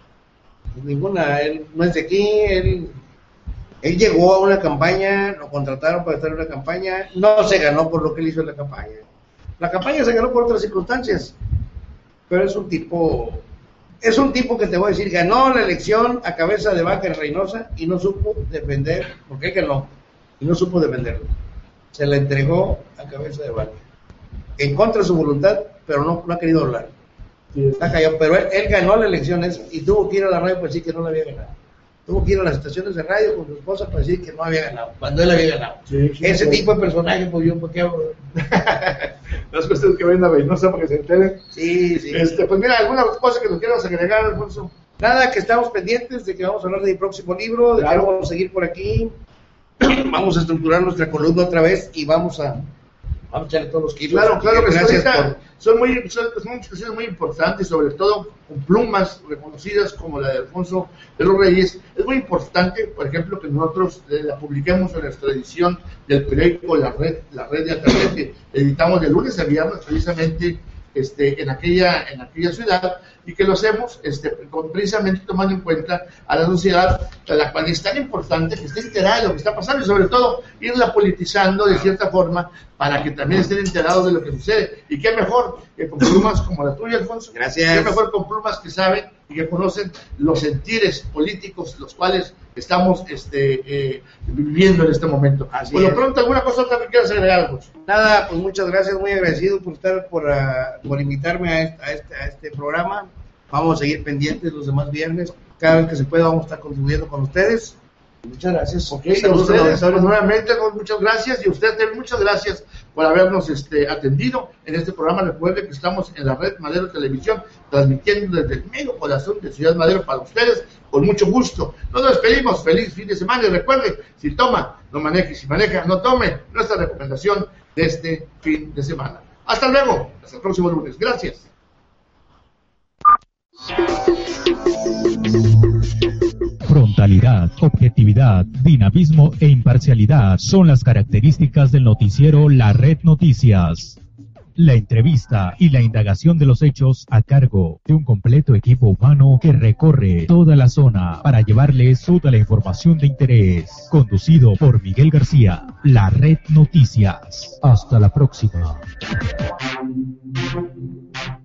Ninguna, él no es de aquí, él, él llegó a una campaña, lo contrataron para estar en una campaña, no se ganó por lo que él hizo en la campaña. La campaña se ganó por otras circunstancias, pero es un tipo, es un tipo que te voy a decir, ganó la elección a cabeza de vaca en Reynosa y no supo defender, porque él ganó, y no supo defenderlo. Se la entregó a cabeza de vaca, en contra de su voluntad, pero no, no ha querido hablar. Está callado, pero él, él ganó la elección esa, y tuvo que ir a la radio para decir que no la había ganado. Tuvo que ir a las estaciones de radio con su esposa para decir que no había ganado, cuando él había ganado. Sí, sí, Ese sí. tipo de personaje, pues yo, ¿por qué hago? No es cuestión que vayan a Reynosa para que se enteren. Sí, sí. Este, pues mira, alguna cosa que nos quieras agregar, Alfonso. Nada, que estamos pendientes de que vamos a hablar de mi próximo libro, de Claro. que vamos a seguir por aquí. vamos a estructurar nuestra columna otra vez y vamos a, vamos a echarle todos los kilos. Claro, claro que gracias sí. por... Son muy, son, son instituciones muy importantes, sobre todo con plumas reconocidas como la de Alfonso de los Reyes. Es muy importante, por ejemplo, que nosotros eh, la publiquemos en nuestra edición del periódico La Red, la red de Internet, que editamos de lunes a viernes precisamente este, en aquella en aquella ciudad, y que lo hacemos este, con, precisamente tomando en cuenta a la sociedad, a la cual es tan importante que esté enterada de lo que está pasando y sobre todo irla politizando de cierta forma para que también estén enterados de lo que sucede. Y qué mejor que con plumas como la tuya, Alfonso. Gracias. Qué mejor con plumas que saben y que conocen los sentires políticos los cuales estamos este, eh, viviendo en este momento. Así Por lo es. pronto, ¿alguna cosa otra que quieras agregar, Alfonso? Nada, pues muchas gracias, muy agradecido por estar, por, uh, por invitarme a este, a, este, a este programa. Vamos a seguir pendientes los demás viernes. Cada vez que se pueda vamos a estar contribuyendo con ustedes. Muchas gracias. Ok, a ustedes, pues, nuevamente, muchas gracias, y a ustedes también muchas gracias por habernos este, atendido en este programa. Recuerden que estamos en la red Madero Televisión, transmitiendo desde el mero corazón de Ciudad Madero para ustedes, con mucho gusto. Nos despedimos, feliz fin de semana, y recuerden, si toma, no maneje, si maneja, no tome, nuestra recomendación de este fin de semana. Hasta luego, hasta el próximo lunes. Gracias. Frontalidad, objetividad, dinamismo e imparcialidad son las características del noticiero La Red Noticias. La entrevista y la indagación de los hechos a cargo de un completo equipo humano que recorre toda la zona para llevarles toda la información de interés. Conducido por Miguel García, La Red Noticias. Hasta la próxima.